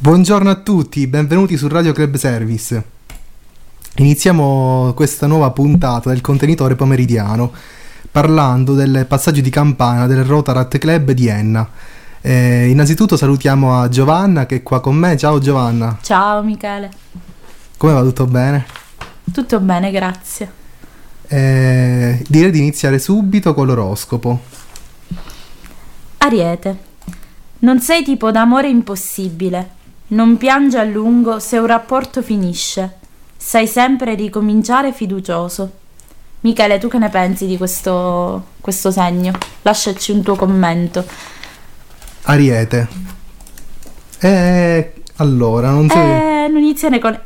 Buongiorno a tutti, benvenuti su Radio Club Service. Iniziamo questa nuova puntata del contenitore pomeridiano parlando del passaggio di campana del Rotaract Club di Enna. Innanzitutto salutiamo a Giovanna che è qua con me. Ciao Giovanna. Ciao Michele. Come va? Tutto bene? Tutto bene, grazie. Direi di iniziare subito con l'oroscopo. Ariete. Non sei tipo d'amore impossibile. Non piangi a lungo se un rapporto finisce. Sai sempre ricominciare fiducioso. Michele, tu che ne pensi di questo segno? Lasciaci un tuo commento. Ariete. Allora, non sei... non iniziare con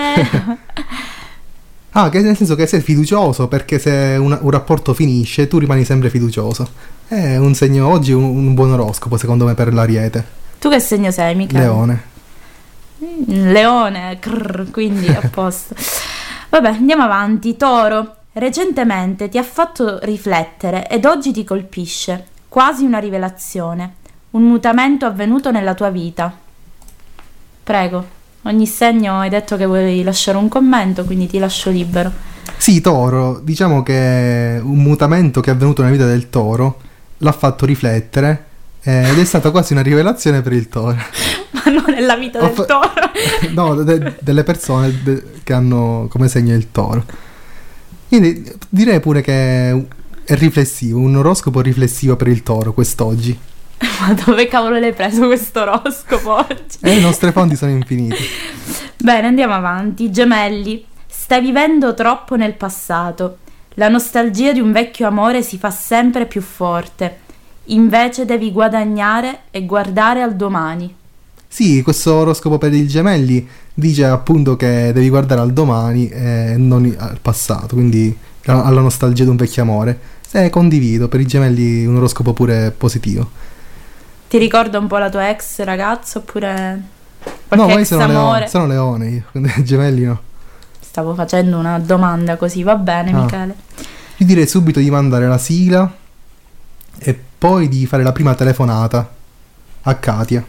Ah, che nel senso che sei fiducioso perché se un rapporto finisce tu rimani sempre fiducioso. È un segno, oggi un buon oroscopo secondo me per l'Ariete. Tu che segno sei, Michele? Leone. Leone, quindi a posto. Vabbè, andiamo avanti. Toro, recentemente ti ha fatto riflettere ed oggi ti colpisce, quasi una rivelazione, un mutamento avvenuto nella tua vita. Prego, ogni segno hai detto che vuoi lasciare un commento, quindi ti lascio libero. Sì, Toro, diciamo che un mutamento che è avvenuto nella vita del Toro l'ha fatto riflettere ed è stata quasi una rivelazione per il Toro. Ma non nella vita del Toro. No, delle persone che hanno come segno il Toro. Quindi direi pure che è riflessivo, un oroscopo riflessivo per il Toro quest'oggi. Ma dove cavolo l'hai preso questo oroscopo oggi? Le nostre fonti sono infinite. Bene, andiamo avanti. Gemelli, stai vivendo troppo nel passato. La nostalgia di un vecchio amore si fa sempre più forte. Invece devi guadagnare e guardare al domani. Sì, questo oroscopo per i Gemelli dice appunto che devi guardare al domani e non al passato, quindi alla nostalgia di un vecchio amore. Condivido, per i Gemelli un oroscopo pure positivo. Ti ricorda un po' la tua ex ragazza oppure qualche no, ex amore? Sono Leone io, quindi Gemelli no. Stavo facendo una domanda così, va bene Michele. Io direi subito di mandare la sigla e poi di fare la prima telefonata a Katia.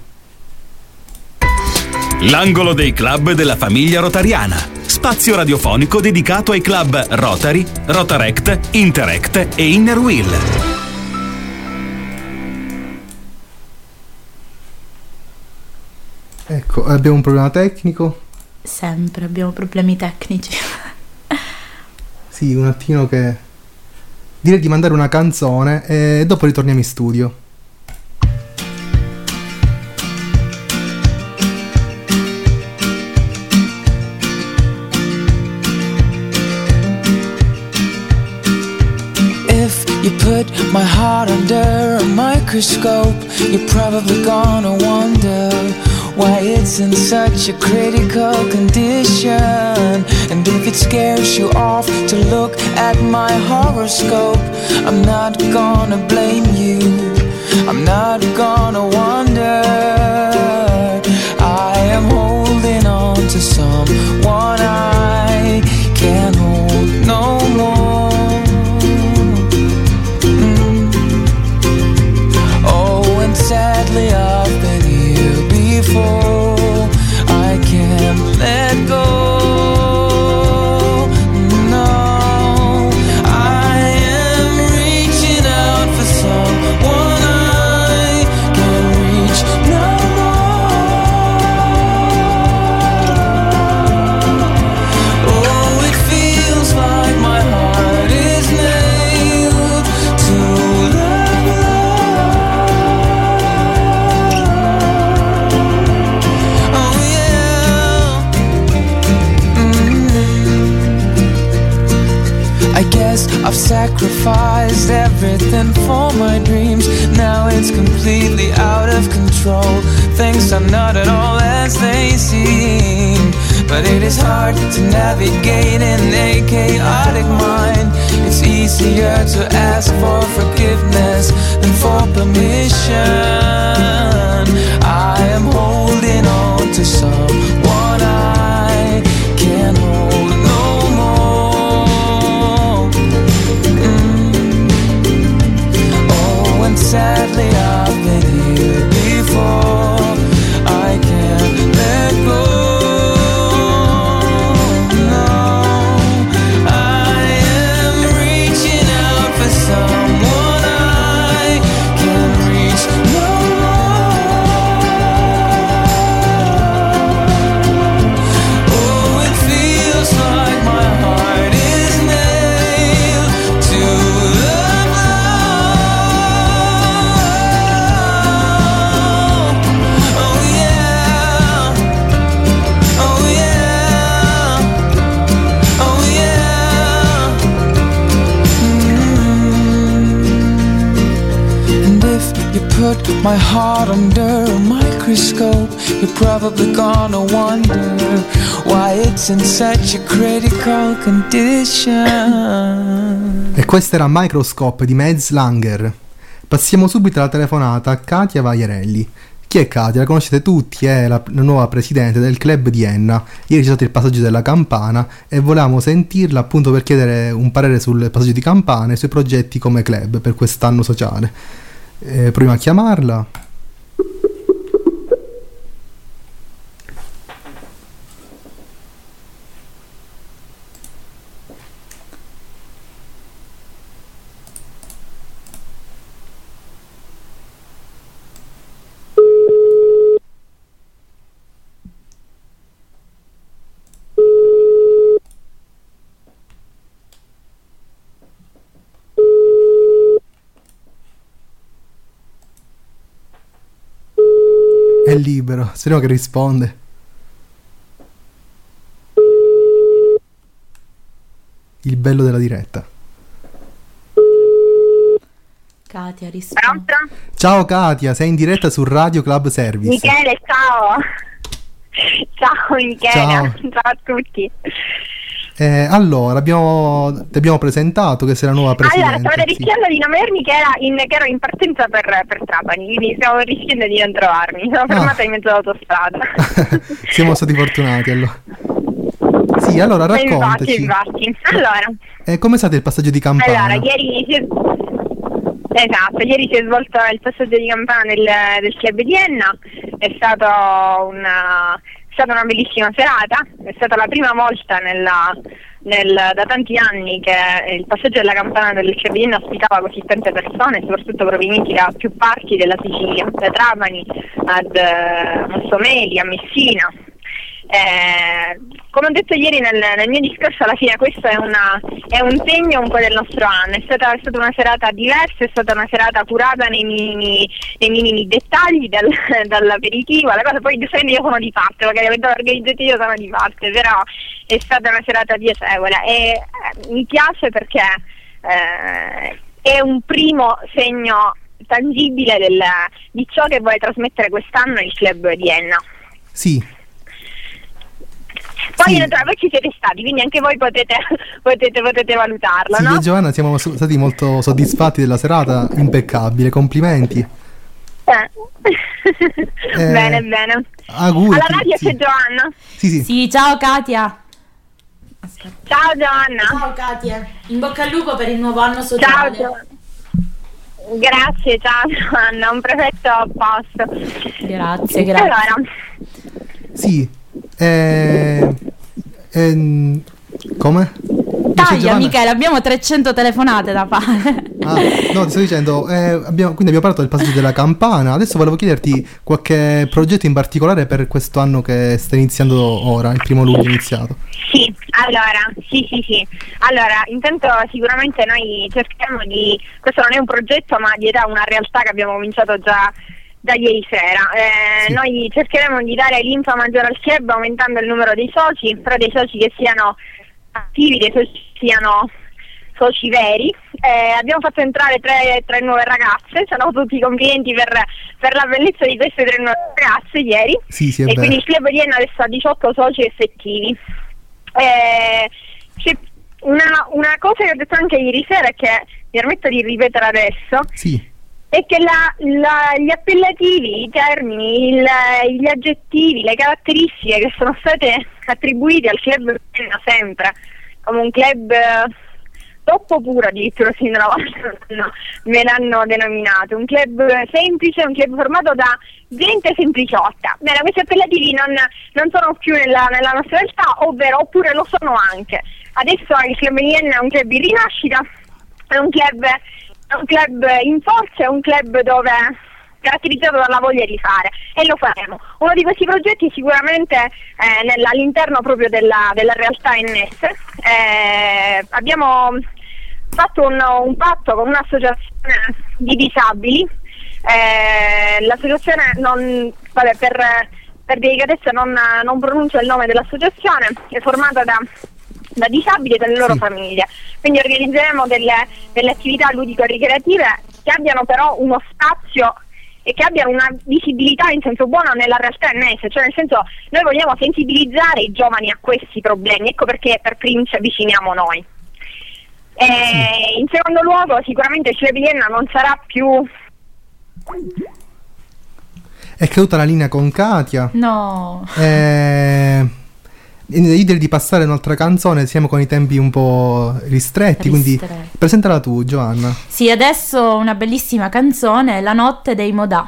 L'angolo dei club della famiglia rotariana. Spazio radiofonico dedicato ai club Rotary, Rotaract, Interact e Inner Wheel. Ecco, abbiamo un problema tecnico. Sempre abbiamo problemi tecnici. Sì, un attimo che... Direi di mandare una canzone e dopo ritorniamo in studio. You put my heart under a microscope. You're probably gonna wonder why it's in such a critical condition. And if it scares you off to look at my horoscope, I'm not gonna blame you, I'm not gonna wonder. I am holding on to someone I can't hold no more. Sadly I've been here before. I can't let go. No, I am reaching out for someone I can't reach no more. Oh, it feels like my heart is nailed to love. I guess I've sacrificed everything for my dreams. Now it's completely out of control. Things are not at all as they seem. But it is hard to navigate in a chaotic mind. It's easier to ask for forgiveness than for permission. I am holding on to someone I can't hold no more. Oh, and sadly I've been here before. I can't let if you put my heart under a microscope, you're probably gonna wonder why it's in such a critical condition. E questa era Microscope di Mads Langer. Passiamo subito alla telefonata a Katia Vaiarelli. Chi è Katia? La conoscete tutti, è la nuova presidente del club di Enna. Ieri c'è stato il passaggio della campana e volevamo sentirla appunto per chiedere un parere sul passaggio di campana e sui progetti come club per quest'anno sociale. Proviamo a chiamarla. È libero, speriamo che risponde. Il bello della diretta. Katia, rispondi. Pronto? Ciao Katia, sei in diretta su Radio Club Service. Michele, ciao. Ciao Michele, Ciao. ciao a tutti. Allora, ti abbiamo presentato che sei la nuova presidente. Allora, stavo sì. rischiando di non avermi che ero in partenza per Trapani, quindi stavo rischiando di non trovarmi. Sono fermata in mezzo all'autostrada. Siamo stati fortunati allora. Sì, allora raccontaci. Infatti. Allora, Com'è stato il passaggio di campana? allora ieri si è svolto il passaggio di campana del club di Enna. È stata una bellissima serata, è stata la prima volta da tanti anni che il passaggio della campana del club di Enna ospitava così tante persone, soprattutto provenienti da più parti della Sicilia, da Trapani ad Mossomeli, a Messina. Come ho detto ieri nel mio discorso, alla fine questo è un segno un po' del nostro anno. È stata una serata diversa, è stata una serata curata nei minimi dettagli dall'aperitivo alla cosa. Poi giustamente io sono di parte, magari avendo organizzato io sono di parte, però è stata una serata piacevole e mi piace perché è un primo segno tangibile di ciò che vuole trasmettere quest'anno il club di Enna. Sì. Poi Sì. voi ci siete stati, quindi anche voi potete valutarlo, Sì, no? io e Giovanna siamo stati molto soddisfatti della serata, impeccabile, complimenti. Bene, bene. Auguri. Alla radio sì. c'è Giovanna. Sì. Sì, ciao Katia. Ciao Giovanna. Ciao Katia. In bocca al lupo per il nuovo anno Ciao sociale. Giovanna. Grazie, ciao Giovanna, un perfetto posto. Grazie. Allora, Sì. Come? Dice Taglia Giovanna- Michele, abbiamo 300 telefonate da fare. No, ti sto dicendo, quindi abbiamo parlato del passaggio della campana. Adesso volevo chiederti qualche progetto in particolare per questo anno che sta iniziando ora, il 1° luglio è iniziato. sì, allora, sì. Allora, intanto sicuramente noi cerchiamo questo non è un progetto ma di una realtà che abbiamo cominciato già da ieri sera. Sì. Noi cercheremo di dare linfa maggiore al club aumentando il numero dei soci, però dei soci che siano attivi, dei soci che siano soci veri. Abbiamo fatto entrare tre nuove ragazze, sono tutti complimenti per la bellezza di queste 3 nuove ragazze ieri. Sì, è E vero. quindi il club di Enna adesso ha 18 soci effettivi. C'è una cosa che ho detto anche ieri sera e che mi permetto di ripetere adesso, Sì. è che gli appellativi, i termini, gli aggettivi, le caratteristiche che sono state attribuite al club sempre come un club troppo puro, addirittura fino una volta me l'hanno denominato, un club semplice, un club formato da gente sempliciotta. Bene, questi appellativi non sono più nella nostra realtà, oppure lo sono anche. Adesso il club di Enna è un club in rinascita, è un club in forza, è un club dove caratterizzato dalla voglia di fare, e lo faremo. Uno di questi progetti sicuramente all'interno proprio della realtà ennese. Abbiamo fatto un patto con un'associazione di disabili. L'associazione per delicatezza non pronuncio il nome dell'associazione, è formata da disabili e dalle loro famiglie, quindi organizzeremo delle attività ludico-ricreative che abbiano però uno spazio e che abbiano una visibilità in senso buono nella realtà ennese, cioè nel senso noi vogliamo sensibilizzare i giovani a questi problemi, ecco perché per primi ci avviciniamo noi. In secondo luogo sicuramente il Club Ienna non sarà più... È caduta la linea con Katia. No. Io direi di passare un'altra canzone, siamo con i tempi un po' ristretti, quindi presentala tu, Giovanna. Sì, adesso una bellissima canzone, La notte dei Modà.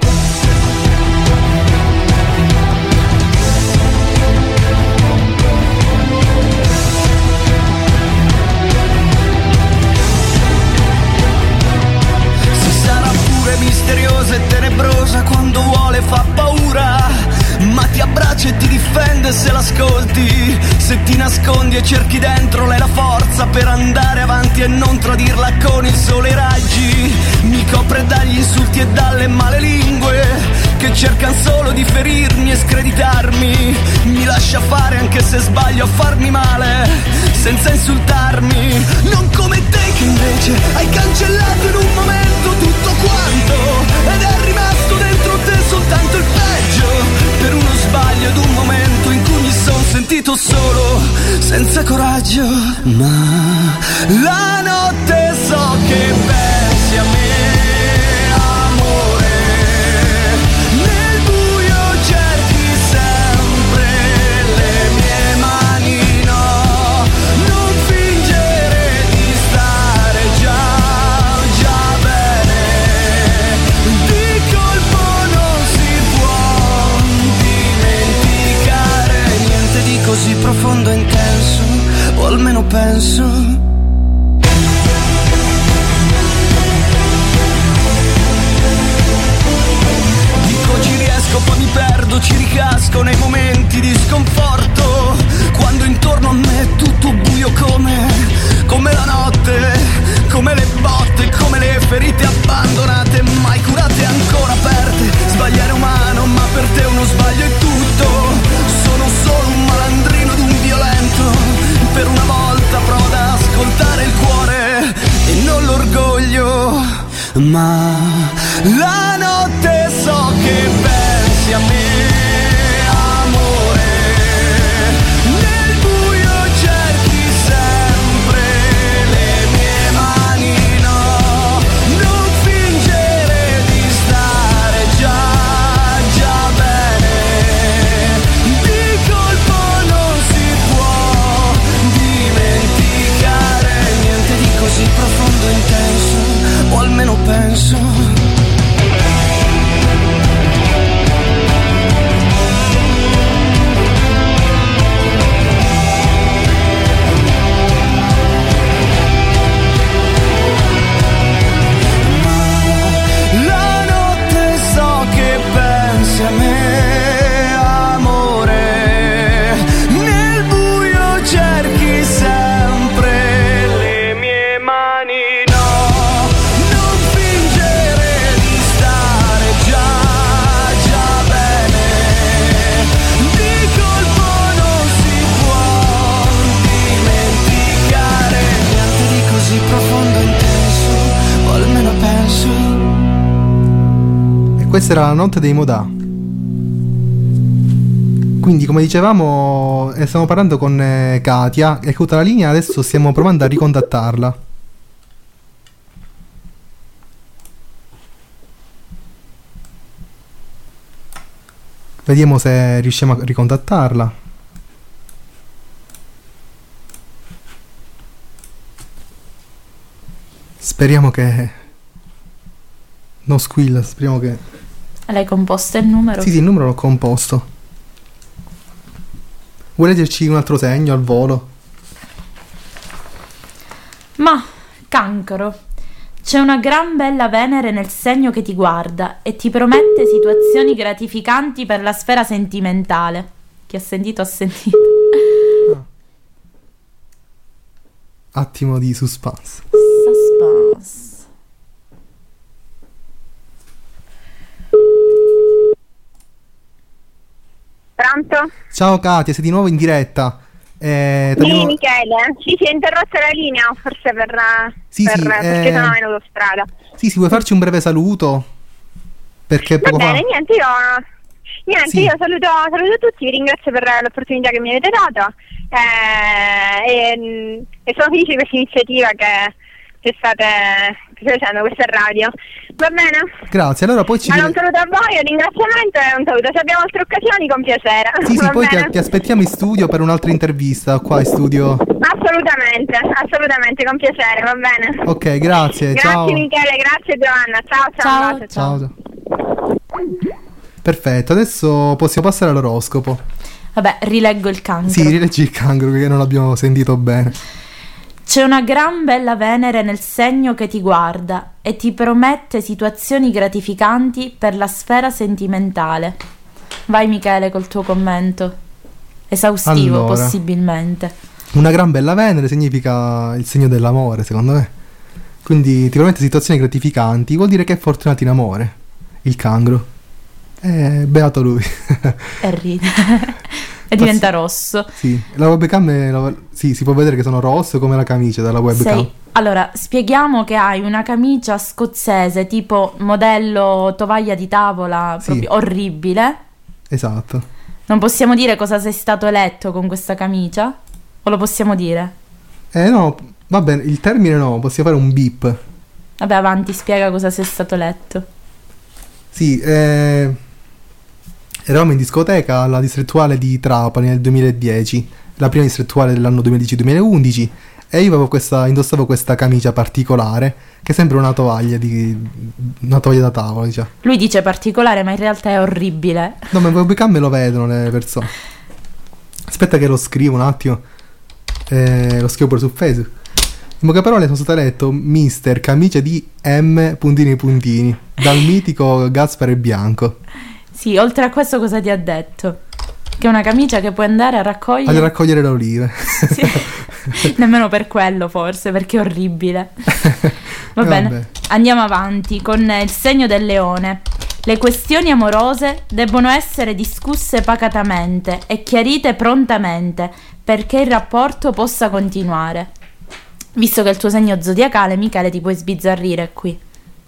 Si sarà pure misteriosa e tenebrosa, quando vuole fa paura, ma ti abbraccia e ti difende se l'ascolti. Se ti nascondi e cerchi dentro lei la forza per andare avanti e non tradirla con il sole e i raggi. Mi copre dagli insulti e dalle male lingue che cercano solo di ferirmi e screditarmi. Mi lascia fare anche se sbaglio a farmi male senza insultarmi. Non come te che invece hai cancellato in un momento tutto quanto ed è rimasto dentro te soltanto il peggio, per uno sbaglio ed un momento in cui mi son sentito solo, senza coraggio. Ma la notte so che pensi a me, amore, nel buio cerchi sempre le mie mani, no, non fingere di stare già bene, di colpo non si può dimenticare niente di così profondo e intenso, o almeno penso. Poi mi perdo, ci ricasco nei momenti di sconforto, quando intorno a me è tutto buio come la notte, come le botte, come le ferite abbandonate, mai curate, ancora aperte. Sbagliare è umano, ma per te uno sbaglio è tutto. Sono solo un malandrino ed un violento, per una volta provo ad ascoltare il cuore e non l'orgoglio. Ma la notte so che pensi a me, amore, nel buio cerchi sempre le mie mani, no, non fingere di stare già bene, di colpo non si può dimenticare niente di così profondo e intenso, o almeno penso. A me, amore, nel buio cerchi sempre le mie mani, no, non fingere di stare già bene, di colpo non si può dimenticare niente di così profondo e intenso, o almeno penso. E questa era La notte dei Modà. Quindi, come dicevamo, stiamo parlando con Katia, è caduta la linea, adesso stiamo provando a ricontattarla. Vediamo se riusciamo a ricontattarla. Speriamo che non squilla, speriamo che... L'hai composto il numero? Sì, il numero l'ho composto. Vuoi leggerci un altro segno al volo? Ma, Cancro, c'è una gran bella Venere nel segno che ti guarda e ti promette situazioni gratificanti per la sfera sentimentale. Chi ha sentito ha sentito. Attimo di suspense. Suspense. Pronto? Ciao Katia, sei di nuovo in diretta. Sì, Michele, si è interrotta la linea, forse perché sono in autostrada. Sì, vuoi farci un breve saluto? Perché Va bene, niente, io saluto tutti, vi ringrazio per l'opportunità che mi avete dato e sono felice di questa iniziativa che state facendo, questa radio. Va bene? Grazie, allora poi un saluto a voi, un ringraziamento e un saluto. Se abbiamo altre occasioni, con piacere. Sì, poi ti aspettiamo in studio per un'altra intervista qua in studio. Assolutamente, con piacere, va bene. Ok, grazie, ciao. Grazie Michele, grazie Giovanna, ciao. Perfetto, adesso possiamo passare all'oroscopo. Vabbè, rileggo il cancro. Sì, rileggi il cancro perché non l'abbiamo sentito bene. C'è una gran bella Venere nel segno che ti guarda e ti promette situazioni gratificanti per la sfera sentimentale. Vai Michele col tuo commento. Esaustivo, allora, possibilmente. Una gran bella Venere significa il segno dell'amore, secondo me. Quindi ti promette situazioni gratificanti, vuol dire che è fortunato in amore. Il cancro. Beato lui. E ride. E diventa rosso. Sì, la webcam sì, si può vedere che sono rosso come la camicia dalla webcam. Allora, spieghiamo che hai una camicia scozzese tipo modello tovaglia di tavola, proprio orribile. Esatto. Non possiamo dire cosa sei stato eletto con questa camicia? O lo possiamo dire? No, va bene, il termine no, possiamo fare un beep. Vabbè, avanti, spiega cosa sei stato eletto. Sì, eravamo in discoteca alla distrettuale di Trapani nel 2010, la prima distrettuale dell'anno 2010-2011, e io indossavo questa camicia particolare che sembra una tovaglia da tavola, diciamo. Lui dice particolare, ma in realtà è orribile. No, ma in webcam me lo vedono le persone. Aspetta che lo scrivo un attimo. Lo scrivo pure su Facebook. In poche parole sono stato eletto mister camicia di M puntini puntini dal mitico Gaspare Bianco. Sì, oltre a questo cosa ti ha detto? Che è una camicia che puoi andare a raccogliere... A raccogliere le olive. Sì. Nemmeno per quello forse, perché è orribile. Va bene, vabbè. Andiamo avanti con il segno del leone. Le questioni amorose debbono essere discusse pacatamente e chiarite prontamente perché il rapporto possa continuare. Visto che è il tuo segno zodiacale, Michele, ti puoi sbizzarrire qui.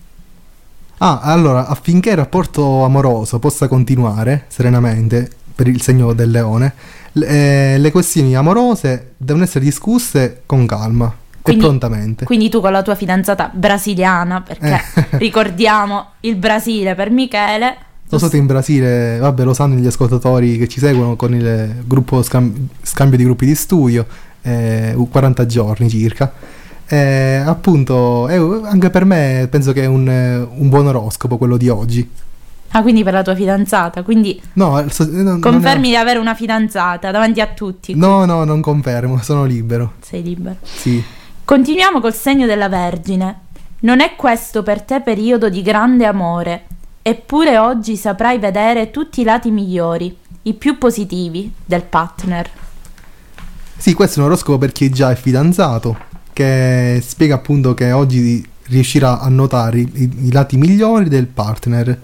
Allora, affinché il rapporto amoroso possa continuare serenamente per il segno del leone, le questioni amorose devono essere discusse con calma e prontamente. Quindi tu con la tua fidanzata brasiliana, perché ricordiamo il Brasile per Michele. Sono stato in Brasile, vabbè, lo sanno gli ascoltatori che ci seguono con il gruppo scambio di gruppi di studio, 40 giorni circa. Appunto, anche per me penso che è un buon oroscopo quello di oggi. Quindi per la tua fidanzata, quindi confermi di avere una fidanzata davanti a tutti. No, non confermo, sono libero. Sei libero? Sì. Continuiamo col segno della Vergine. Non è questo per te periodo di grande amore, eppure oggi saprai vedere tutti i lati migliori, i più positivi del partner. Sì, questo è un oroscopo per chi già è fidanzato, che spiega appunto che oggi riuscirà a notare i lati migliori del partner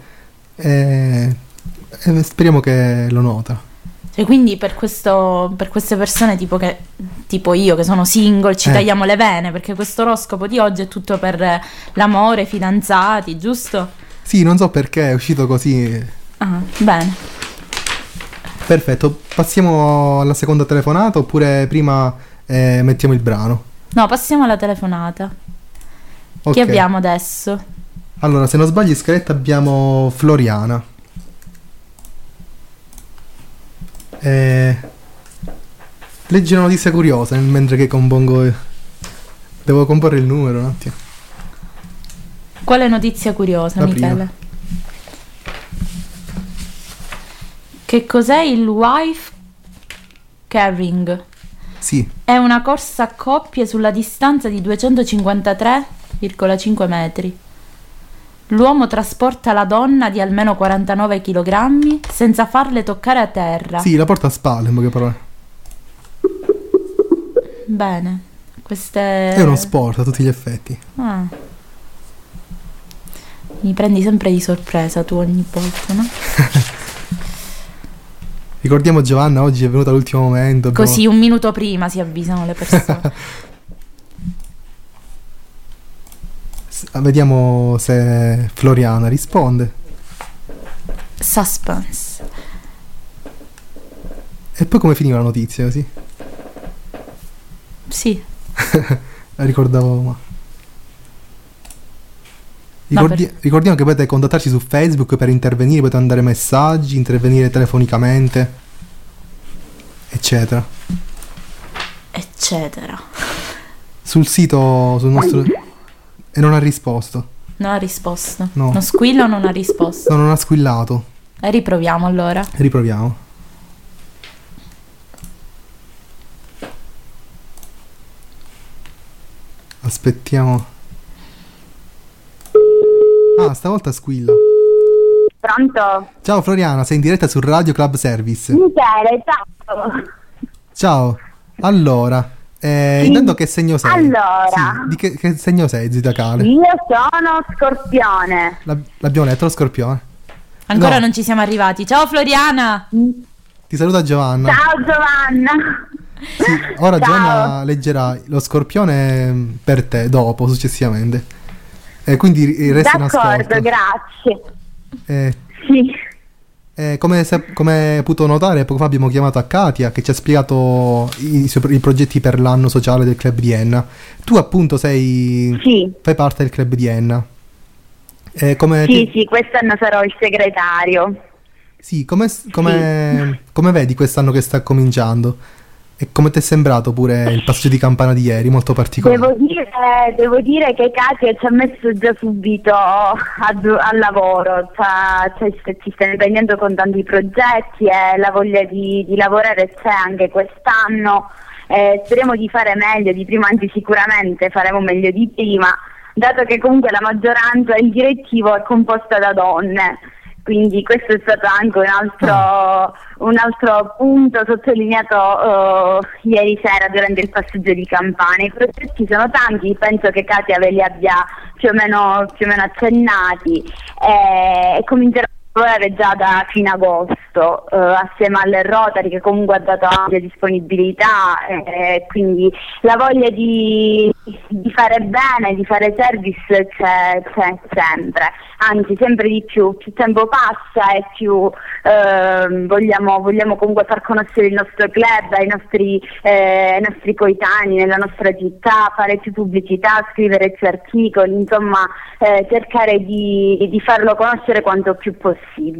e speriamo che lo nota. Cioè, quindi per queste persone tipo io che sono single ci tagliamo le vene, perché questo oroscopo di oggi è tutto per l'amore, fidanzati, giusto? Sì, non so perché è uscito così. Bene. Perfetto, passiamo alla seconda telefonata oppure prima mettiamo il brano? No, passiamo alla telefonata. Okay. Chi abbiamo adesso? Allora, se non sbaglio in scaletta abbiamo Floriana. Leggi una notizia curiosa mentre che compongo. Devo comporre il numero un attimo. Quale notizia curiosa, la Michele? Prima. Che cos'è il wife carrying? Sì. È una corsa a coppie sulla distanza di 253,5 metri. L'uomo trasporta la donna di almeno 49 kg senza farle toccare a terra. Sì, la porta a spalle, in poche parole. Bene. Queste... È uno sport a tutti gli effetti. Mi prendi sempre di sorpresa tu ogni volta, no? Ricordiamo Giovanna, oggi è venuta all'ultimo momento. Così un minuto prima si avvisano le persone. Vediamo se Floriana risponde. Suspense. E poi come finiva la notizia, così? Sì. La ricordavo, ma... Ricordiamo che potete contattarci su Facebook per intervenire, potete mandare messaggi, intervenire telefonicamente, eccetera. Sul sito, sul nostro... E non ha risposto. Non ha risposto. No. Non squilla o non ha risposto? No, non ha squillato. Riproviamo allora. Riproviamo. Aspettiamo. Ah, stavolta squilla. Pronto? Ciao Floriana, sei in diretta su Radio Club Service. Michele, ciao. Ciao. Allora, intanto che segno sei? Allora. Sì, di che segno sei, zodiacale? Io sono Scorpione. L'abbiamo letto, lo Scorpione. Ancora No. non ci siamo arrivati. Ciao Floriana. Ti saluta Giovanna. Ciao Giovanna. Sì, ora Ciao. Giovanna leggerà lo Scorpione per te, dopo, successivamente. E quindi resta in ascolto. D'accordo, grazie. Sì. Come hai potuto notare, poco fa abbiamo chiamato a Katia che ci ha spiegato i progetti per l'anno sociale del Club di Enna. Tu appunto fai parte del Club di Enna. Sì, quest'anno sarò il segretario. Sì, come vedi quest'anno che sta cominciando? E come ti è sembrato pure il passaggio di campana di ieri, molto particolare? Devo dire che Katia ci ha messo già subito al lavoro, ci sta impegnando con tanti progetti e la voglia di lavorare c'è anche quest'anno. Speriamo di fare meglio di prima, anzi sicuramente faremo meglio di prima, dato che comunque la maggioranza, il direttivo è composta da donne. Quindi questo è stato anche un altro punto sottolineato ieri sera durante il passaggio di campana. I progetti sono tanti, penso che Katia ve li abbia più o meno accennati, e comincerò a lavorare già da fine agosto assieme al Rotary, che comunque ha dato ampia disponibilità, quindi la voglia di fare bene, di fare service c'è sempre, anzi sempre di più tempo passa e più vogliamo comunque far conoscere il nostro club ai nostri coetanei nella nostra città, fare più pubblicità, scrivere più articoli, insomma cercare di farlo conoscere quanto più possibile.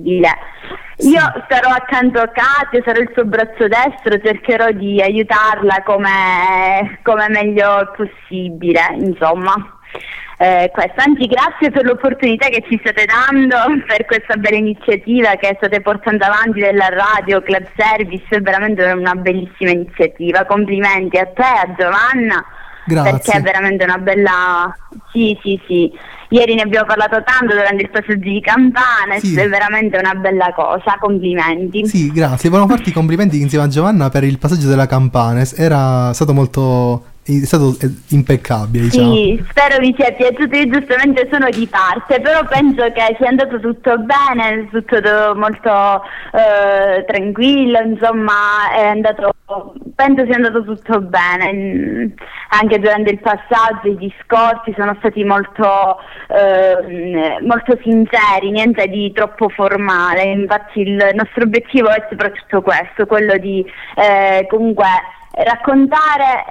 Io starò accanto a Katia, sarò il suo braccio destro, cercherò di aiutarla come meglio possibile, insomma. Questo. Anzi, grazie per l'opportunità che ci state dando, per questa bella iniziativa che state portando avanti della Radio Club Service, è veramente una bellissima iniziativa. Complimenti a te, a Giovanna. Grazie. Perché è veramente una bella... Sì. Ieri ne abbiamo parlato tanto durante il passaggio di campana, Sì. è veramente una bella cosa, complimenti. Sì, grazie. Volevo farti i complimenti insieme a Giovanna per il passaggio della campana. Era stato impeccabile, diciamo. Sì, spero vi sia piaciuto. Io giustamente sono di parte, però penso che sia andato tutto bene, tutto molto tranquillo, insomma penso sia andato tutto bene. Anche durante il passaggio i discorsi sono stati molto sinceri, niente di troppo formale. Infatti il nostro obiettivo è soprattutto questo, quello di comunque raccontare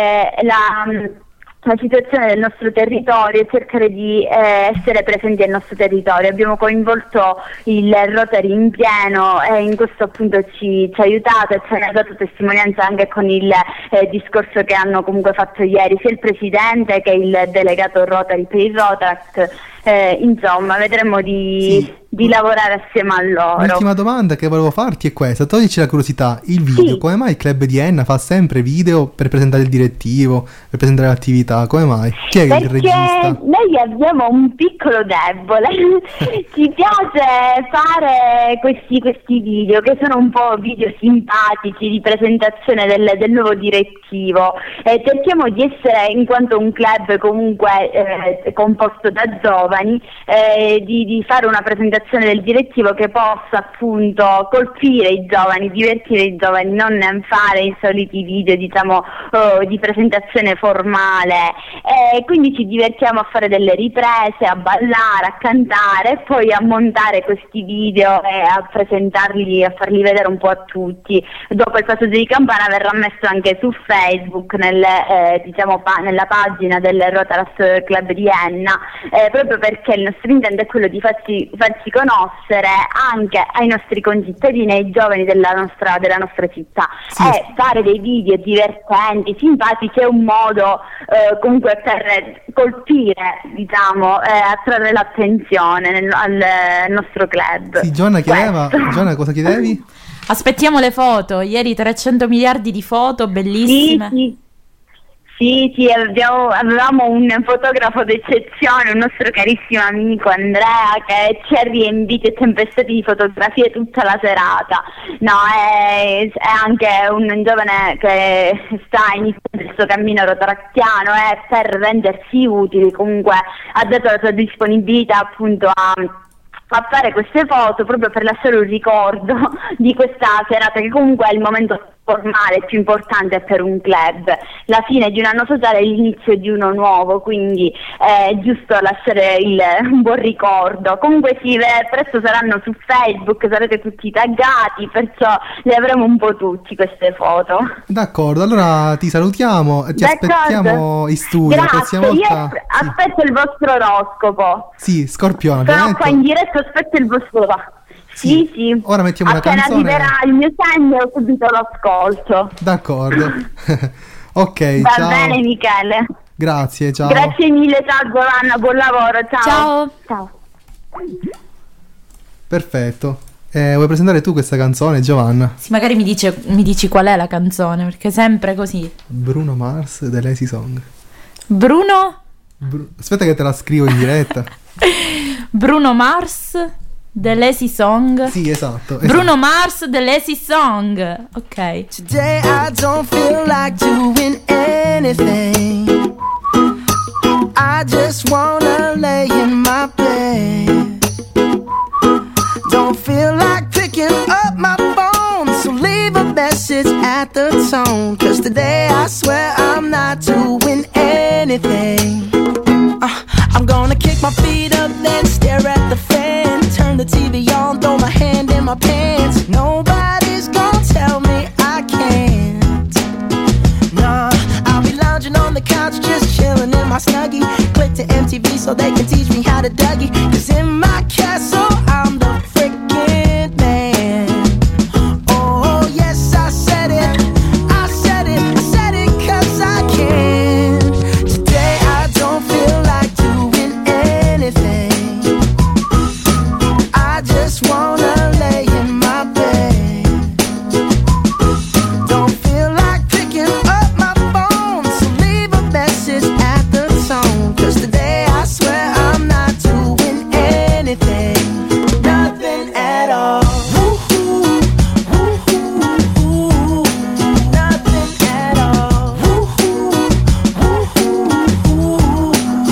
la situazione del nostro territorio e cercare di essere presenti al nostro territorio. Abbiamo coinvolto il Rotary in pieno e in questo appunto ci ha aiutato e ci ha dato testimonianza anche con il discorso che hanno comunque fatto ieri sia il presidente che il delegato Rotary per il Rotaract. Insomma, vedremo di lavorare assieme a loro. L'ultima domanda che volevo farti è questa: toglici la curiosità, il video, Sì. come mai il Club di Enna fa sempre video per presentare il direttivo, per presentare l'attività? Come mai? Chi è il Perché regista? noi abbiamo un piccolo debole, ci piace fare questi video che sono un po' video simpatici di presentazione del nuovo direttivo, cerchiamo di essere, in quanto un club comunque composto da giovani, giovani, di fare una presentazione del direttivo che possa appunto colpire i giovani, divertire i giovani, non fare i soliti video diciamo di presentazione formale, quindi ci divertiamo a fare delle riprese, a ballare, a cantare e poi a montare questi video e a presentarli, a farli vedere un po' a tutti. Dopo il passaggio di campana verrà messo anche su Facebook nella pagina del Rotaract Club di Enna, proprio perché il nostro intento è quello di farci conoscere anche ai nostri concittadini e ai giovani della nostra città. Sì. E fare dei video divertenti, simpatici è un modo comunque per colpire, diciamo, attrarre l'attenzione al nostro club. Sì, Giovanna chiedeva, Giovanna cosa chiedevi? Aspettiamo le foto, ieri 300 miliardi di foto, bellissime. Sì, avevamo un fotografo d'eccezione, un nostro carissimo amico Andrea, che ci ha riempito e tempestati di fotografie tutta la serata. No, è anche un giovane che sta iniziando il suo cammino rotaractiano e per rendersi utili comunque ha dato la sua disponibilità appunto a fare queste foto proprio per lasciare un ricordo di questa serata, che comunque è il momento formale più importante per un club. La fine di un anno sociale è l'inizio di uno nuovo, quindi è giusto lasciare un buon ricordo. Comunque sì, presto saranno su Facebook, sarete tutti taggati, perciò le avremo un po' tutti queste foto. D'accordo, allora ti salutiamo e ti aspettiamo in studio. Grazie, la prossima volta aspetto il vostro oroscopo. Sì, Scorpione. Però qua in diretta aspetto il vostro oroscopo. Sì. Ora mettiamo una canzone. Appena arriverà il mio segno subito lo ascolto. D'accordo. Ok, Va ciao. bene Michele. Grazie, ciao. Grazie mille, ciao Giovanna, buon lavoro, ciao. Perfetto. Vuoi presentare tu questa canzone, Giovanna? Sì, magari mi dici qual è la canzone, perché è sempre così. Bruno Mars, The Lazy Song. Bruno? Aspetta che te la scrivo in diretta. Bruno Mars, The Lazy Song. Sì, esatto. Bruno Mars, The Lazy Song. Ok. Today I don't feel like doing anything. I just wanna lay in my bed. Don't feel like picking up my phone, so leave a message at the tone. 'Cause today I swear I'm not doing anything. I'm gonna kick my feet up, then stare at the fan. Turn the TV on, throw my hand in my pants. Nobody's gonna tell me I can't. Nah, I'll be lounging on the couch, just chilling in my Snuggie. Click to MTV so they can teach me how to Dougie. 'Cause in my castle I'm the freaking man. Oh yes, I said it, I said it, I said it 'cause I can. Today I don't feel like doing anything. I just wanna lay in my bed. Don't feel like picking up my phone, so leave a message at the tone. 'Cause today I swear I'm not doing anything. Nothing at all. Woo-hoo, woo-hoo, woo-hoo. Nothing at all. Woo-hoo, woo-hoo, woo-hoo.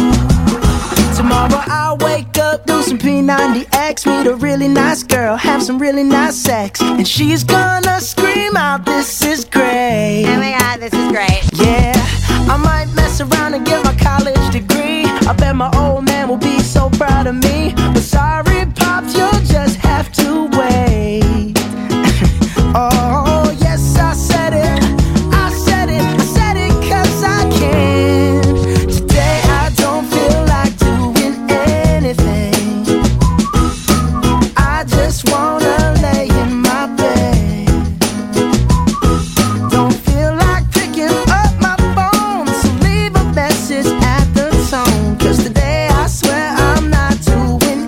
Tomorrow I'll wake up, do some P90X, meet a really nice girl, have some really nice sex, and she's gonna scream out, "This is great." Oh my god, this is great. Yeah, I might mess around and get my college degree. I bet my old man will be so proud of me. But sorry, Pops, you'll just have to wait. Oh, yes, I said it, I said it, I said it 'cause I can. Today I don't feel like doing anything. I just wanna lay in my bed. Don't feel like picking up my phone, so leave a message at the tone. 'Cause today I swear I'm not doing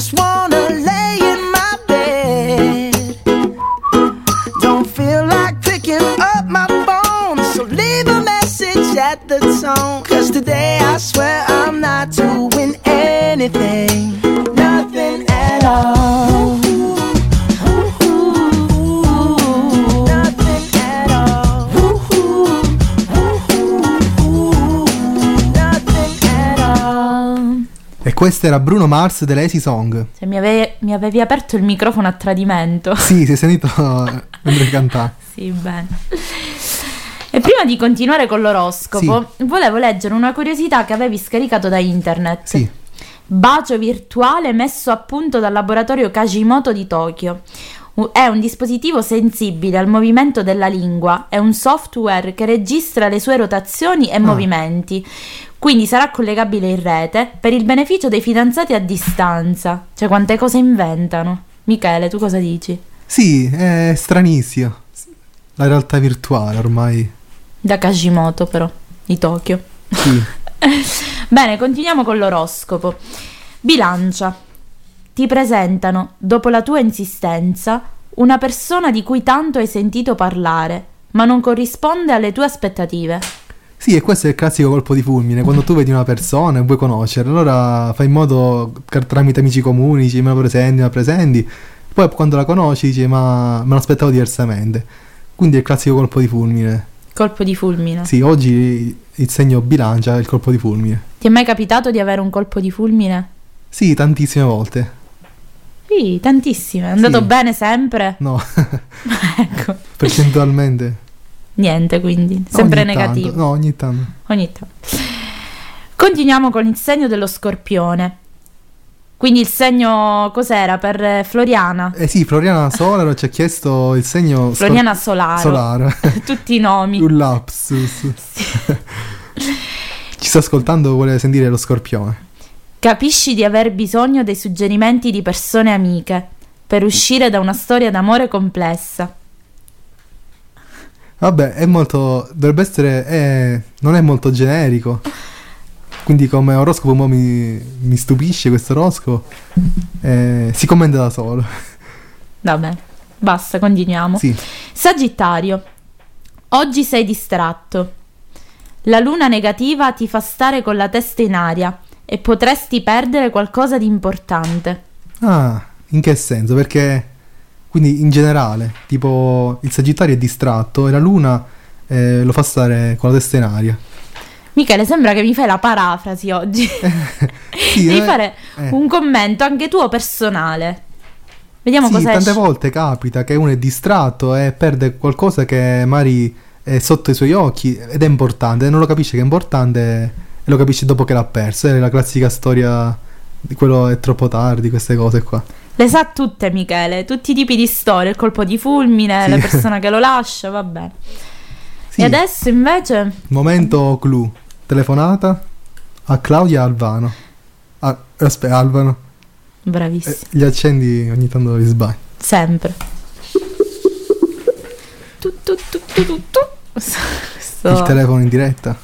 just wanna lay in my bed. Don't feel like picking up my phone, so leave a message at the tone. 'Cause today I swear I'm not doing anything, nothing at all. E questo era Bruno Mars della Easy Song. Cioè, mi avevi aperto il microfono a tradimento. Sì, si è sentito mentre cantava. Sì, bene. E prima di continuare con l'oroscopo, volevo leggere una curiosità che avevi scaricato da internet. Sì. Bacio virtuale messo a punto dal laboratorio Kajimoto di Tokyo. È un dispositivo sensibile al movimento della lingua, è un software che registra le sue rotazioni e movimenti, quindi sarà collegabile in rete per il beneficio dei fidanzati a distanza. Cioè, quante cose inventano. Michele, tu cosa dici? Sì, è stranissimo. La realtà virtuale ormai. Da Kajimoto però, di Tokyo. Sì. Bene, continuiamo con l'oroscopo. Bilancia. Ti presentano, dopo la tua insistenza, una persona di cui tanto hai sentito parlare, ma non corrisponde alle tue aspettative. Sì, e questo è il classico colpo di fulmine. Quando tu vedi una persona e vuoi conoscerla, allora fai in modo, tramite amici comuni, dici me la presenti. Poi quando la conosci dici ma me l'aspettavo diversamente. Quindi è il classico colpo di fulmine. Colpo di fulmine. Sì, oggi il segno bilancia è il colpo di fulmine. Ti è mai capitato di avere un colpo di fulmine? Sì, tantissime volte. Sì, tantissime. È andato bene sempre? No. Ecco. Percentualmente. Niente, quindi. Sempre ogni negativo. Tanto. No, ogni tanto. Ogni tanto. Continuiamo con il segno dello Scorpione. Quindi il segno cos'era per Floriana? Sì, Floriana Solaro ci ha chiesto il segno Floriana Solaro. Tutti i nomi. Un lapsus. Sì. Ci sta ascoltando, vuole sentire lo Scorpione. Capisci di aver bisogno dei suggerimenti di persone amiche per uscire da una storia d'amore complessa. Vabbè, è molto, dovrebbe essere, non è molto generico. Quindi come oroscopo mi stupisce questo oroscopo. Si commenta da solo. Vabbè, basta, continuiamo. Sì. Sagittario. Oggi sei distratto. La luna negativa ti fa stare con la testa in aria e potresti perdere qualcosa di importante. Ah, in che senso? Perché, quindi in generale, tipo il Sagittario è distratto e la luna lo fa stare con la testa in aria. Michele, sembra che mi fai la parafrasi oggi. Sì, devi fare un commento anche tuo personale. Vediamo cosa tante volte capita che uno è distratto e perde qualcosa che magari è sotto i suoi occhi ed è importante, non lo capisce che è importante e lo capisce dopo che l'ha perso. È la classica storia di quello è troppo tardi, queste cose qua. Le sa tutte Michele, tutti i tipi di storie, il colpo di fulmine, la persona che lo lascia, va bene. Sì. E adesso invece momento clou, telefonata a Claudia Albano. Aspetta, Albano. Bravissimo. Gli accendi ogni tanto li sbagli. Sempre. Il telefono in diretta.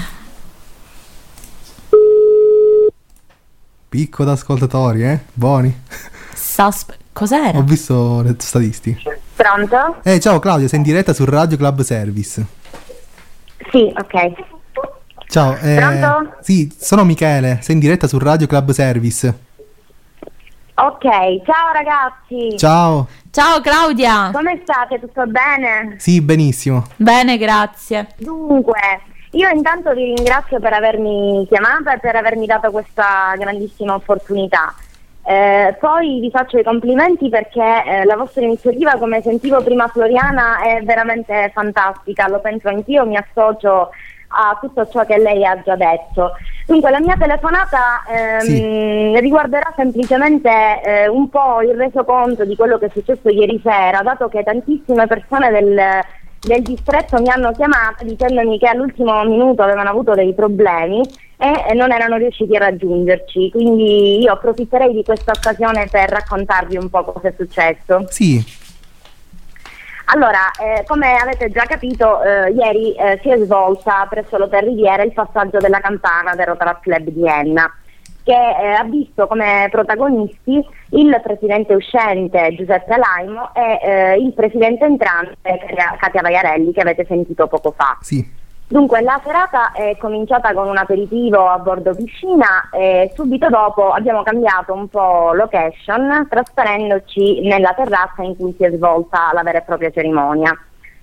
Picco d'ascoltatori, buoni. Cos'era? Ho visto le statistiche. Pronto? Ciao Claudia, sei in diretta su Radio Club Service. Sì, ok. Ciao. Pronto? Sì, sono Michele, sei in diretta su Radio Club Service. Ok, ciao ragazzi. Ciao. Ciao Claudia. Come state? Tutto bene? Sì, benissimo. Bene, grazie. Dunque, io intanto vi ringrazio per avermi chiamata e per avermi dato questa grandissima opportunità. Poi vi faccio i complimenti perché la vostra iniziativa, come sentivo prima Floriana, è veramente fantastica, lo penso anch'io, mi associo a tutto ciò che lei ha già detto. Dunque la mia telefonata riguarderà semplicemente un po' il resoconto di quello che è successo ieri sera, dato che tantissime persone del distretto mi hanno chiamata dicendomi che all'ultimo minuto avevano avuto dei problemi e non erano riusciti a raggiungerci, quindi io approfitterei di questa occasione per raccontarvi un po' cosa è successo. Sì. Allora, come avete già capito, ieri si è svolta presso l'Hotel Riviera il passaggio della campana del Rotary Club di Enna. che ha visto come protagonisti il presidente uscente Giuseppe Alaimo e il presidente entrante Katia Vaiarelli, che avete sentito poco fa. Sì. Dunque la serata è cominciata con un aperitivo a bordo piscina e subito dopo abbiamo cambiato un po' location, trasferendoci nella terrazza in cui si è svolta la vera e propria cerimonia.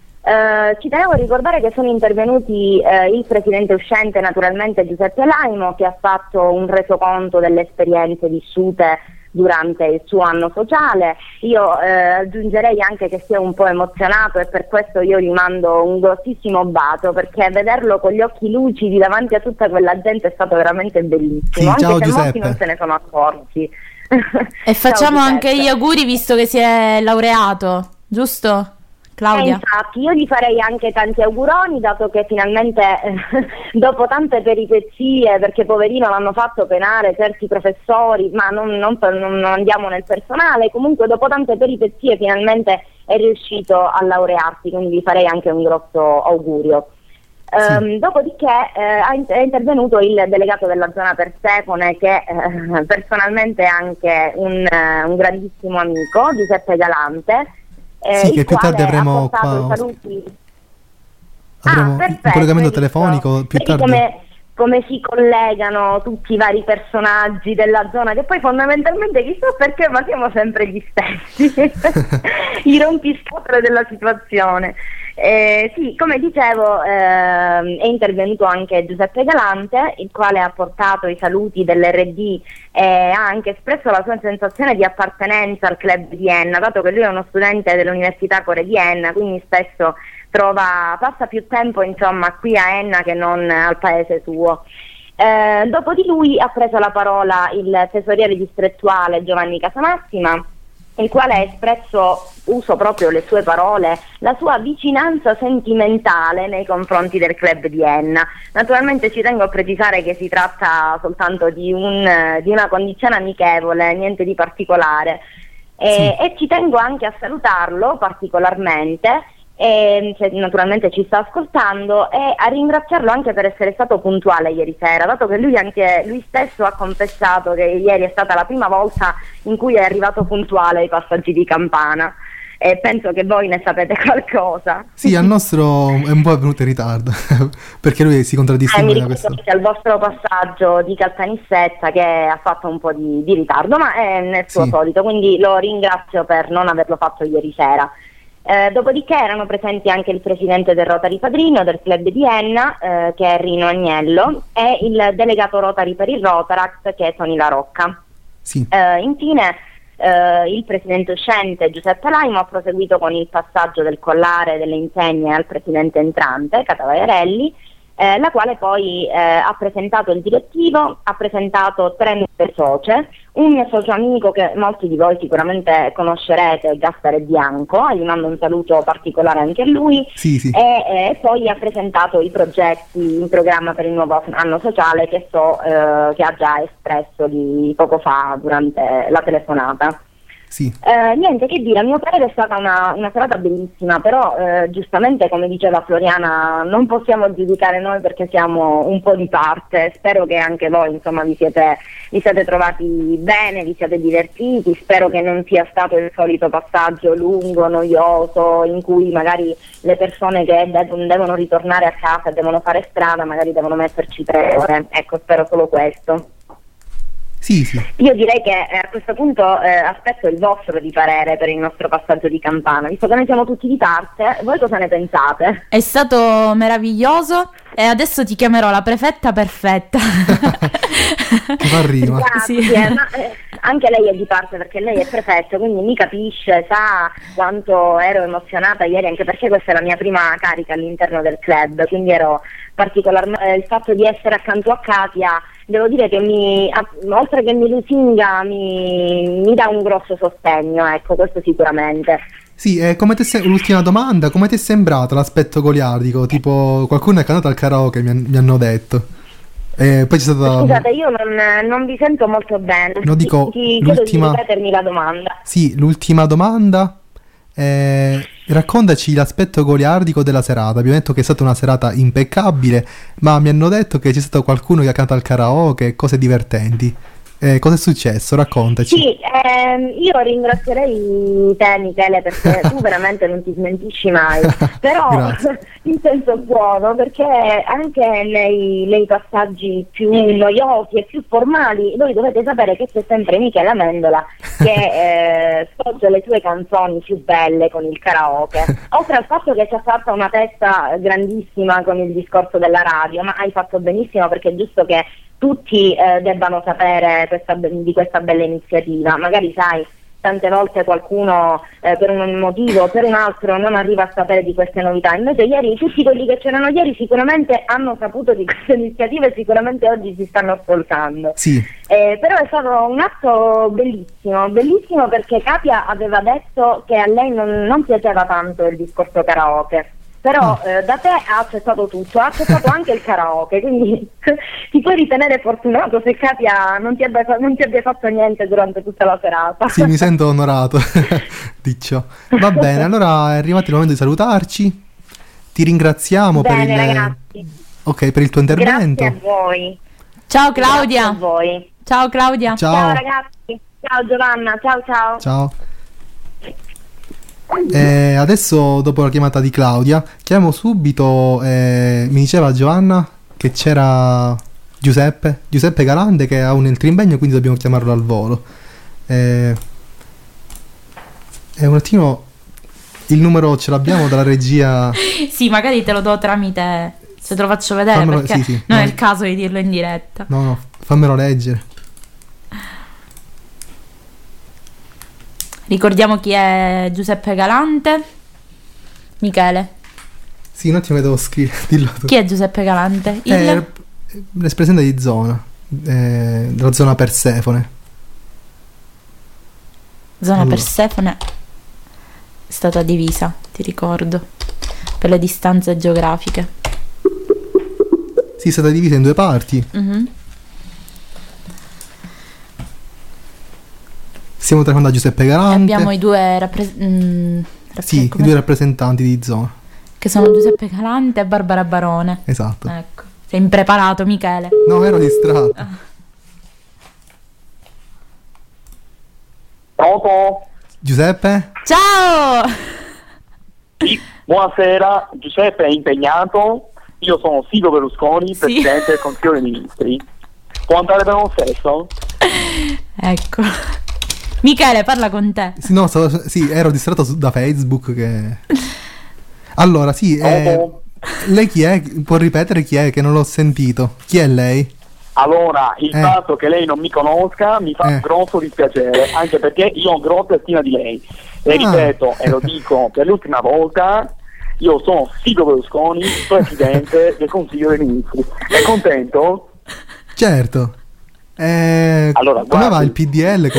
Ci tenevo a ricordare che sono intervenuti il presidente uscente, naturalmente Giuseppe Alaimo, che ha fatto un resoconto delle esperienze vissute durante il suo anno sociale. Io aggiungerei anche che si è un po' emozionato, e per questo io gli mando un grossissimo bacio, perché vederlo con gli occhi lucidi davanti a tutta quella gente è stato veramente bellissimo, Sì, ciao, anche se Giuseppe. molti non se ne sono accorti. E facciamo Ciao, anche Giuseppe. gli auguri, visto che si è laureato, giusto Claudia? Infatti io gli farei anche tanti auguroni, dato che finalmente dopo tante peripezie, perché poverino l'hanno fatto penare certi professori, ma non andiamo nel personale, comunque dopo tante peripezie finalmente è riuscito a laurearsi, quindi gli farei anche un grosso augurio. Dopodiché è intervenuto il delegato della zona Persefone, che personalmente è anche un grandissimo amico, Giuseppe Galante, Sì, che il più quale tardi avremo ha portato qua- i saluti. Avremo un Perfetto, collegamento hai telefonico visto? più Vedi tardi. come si collegano tutti i vari personaggi della zona, che poi fondamentalmente chissà perché, ma siamo sempre gli stessi, i rompiscatole della situazione. Sì, come dicevo, è intervenuto anche Giuseppe Galante, il quale ha portato i saluti dell'RD e ha anche espresso la sua sensazione di appartenenza al club di Enna, dato che lui è uno studente dell'Università Core di Enna, quindi spesso passa più tempo insomma qui a Enna che non al paese suo. Dopo di lui ha preso la parola il tesoriere distrettuale Giovanni Casamassima, il quale ha espresso, uso proprio le sue parole, la sua vicinanza sentimentale nei confronti del club di Enna. Naturalmente ci tengo a precisare che si tratta soltanto di una condizione amichevole, niente di particolare, e ci tengo anche a salutarlo particolarmente, se naturalmente ci sta ascoltando, e a ringraziarlo anche per essere stato puntuale ieri sera, dato che lui stesso ha confessato che ieri è stata la prima volta in cui è arrivato puntuale ai passaggi di campana, e penso che voi ne sapete qualcosa. Sì, al nostro è un po' venuto in ritardo, perché lui si Mi contraddistingue da questo. ricordo al vostro passaggio di Caltanissetta, che ha fatto un po' di ritardo, ma è nel suo Sì. solito, quindi lo ringrazio per non averlo fatto ieri sera. Dopodiché erano presenti anche il presidente del Rotary Padrino del club di Enna, che è Rino Agnello, e il delegato Rotary per il Rotaract, che è Toni La Rocca. Sì. Infine il presidente uscente Giuseppe Alaimo ha proseguito con il passaggio del collare delle insegne al presidente entrante Katia Vaiarelli, la quale poi ha presentato il direttivo, ha presentato 3 nuove socie, un mio socio amico che molti di voi sicuramente conoscerete, Gaspare Bianco, e gli mando un saluto particolare anche a lui, Sì, sì. e poi ha presentato i progetti in programma per il nuovo anno sociale, che che ha già espresso di poco fa durante la telefonata. Sì. Niente che dire, a mio parere è stata una serata bellissima, però giustamente, come diceva Floriana, non possiamo giudicare noi perché siamo un po' di parte. Spero che anche voi insomma vi siete trovati bene, vi siate divertiti, spero che non sia stato il solito passaggio lungo, noioso, in cui magari le persone che devono ritornare a casa e devono fare strada magari devono metterci 3 ore. Ecco, spero solo questo. Sì, sì. Io direi che a questo punto aspetto il vostro di parere per il nostro passaggio di campana, visto che noi siamo tutti di parte. Voi cosa ne pensate? È stato meraviglioso e adesso ti chiamerò la prefetta perfetta. Che fa rima. Grazie, Sì. ma anche lei è di parte perché lei è prefetto, quindi mi capisce, sa quanto ero emozionata ieri, anche perché questa è la mia prima carica all'interno del club, quindi ero particolarmente, il fatto di essere accanto a Katia, devo dire che oltre che mi lusinga, mi dà un grosso sostegno, ecco, questo sicuramente. Sì, l'ultima domanda, come ti è sembrato l'aspetto goliardico? Tipo, qualcuno è cantato al karaoke, mi hanno detto. Poi c'è stata... Scusate, io non vi sento molto bene. No, dico, Ti chiedo di l'ultima... ripetermi la domanda. Sì, l'ultima domanda. Raccontaci l'aspetto goliardico della serata. Abbiamo detto che è stata una serata impeccabile, ma mi hanno detto che c'è stato qualcuno che ha cantato al karaoke, cose divertenti. Cosa è successo? Raccontaci. Sì, io ringrazierei te, Michele, perché tu veramente non ti smentisci mai, però in senso buono, perché anche nei passaggi più noiosi e più formali voi dovete sapere che c'è sempre Michele Amendola che svolge le sue canzoni più belle con il karaoke, oltre al fatto che ci ha fatto una testa grandissima con il discorso della radio, ma hai fatto benissimo, perché è giusto che tutti debbano sapere di questa bella iniziativa. Magari sai, tante volte qualcuno per un motivo o per un altro non arriva a sapere di queste novità, invece ieri tutti quelli che c'erano ieri sicuramente hanno saputo di queste iniziative e sicuramente oggi si stanno ascoltando. Sì. Però è stato un atto bellissimo, perché Katia aveva detto che a lei non piaceva tanto il discorso karaoke, però da te ha accettato tutto, ha accettato anche il karaoke, quindi ti puoi ritenere fortunato se Katia non ti abbia fatto niente durante tutta la serata. Sì, mi sento onorato di ciò. Va bene, allora è arrivato il momento di salutarci. Ti ringraziamo bene, ragazzi. Ok, per il tuo intervento. Grazie a voi. Ciao Claudia. Grazie a voi. Ciao Claudia. Ciao ragazzi. Ciao Giovanna. Ciao. Ciao. Adesso, dopo la chiamata di Claudia, chiamo subito. Mi diceva Giovanna che c'era Giuseppe Galante che ha un altro impegno, quindi dobbiamo chiamarlo al volo. Un attimo, il numero ce l'abbiamo dalla regia? Sì, magari te lo do tramite, se te lo faccio vedere, fammelo, perché sì, non è il caso di dirlo in diretta. No, fammelo leggere. Ricordiamo chi è Giuseppe Galante. Michele. Sì, un attimo devo scrivere. Dillo tu. Chi è Giuseppe Galante? L'espressione di zona, della zona Persefone. Zona Persefone è stata divisa, ti ricordo, per le distanze geografiche. Sì, è stata divisa in due parti. Stiamo telefonando a Giuseppe Galante. Abbiamo i due i due rappresentanti di zona, che sono Giuseppe Galante e Barbara Barone. Esatto. Ecco, sei impreparato, Michele. No, ero distratto. Pronto? Giuseppe? Ciao! Sì, buonasera, Giuseppe è impegnato, io sono Silvio Berlusconi, Presidente del Consiglio dei Ministri. Può andare per un sesso? Ecco. Michele, parla con te. Sì, ero distratto da Facebook che... Allora, sì, lei chi è? Può ripetere chi è? Che non l'ho sentito. Chi è lei? Allora, il fatto che lei non mi conosca mi fa grosso dispiacere, anche perché io ho grossa stima di lei. E ripeto, e lo dico per l'ultima volta, io sono Silvio Berlusconi, Presidente del Consiglio dei Ministri. È contento? Certo. Allora, come va il PDL?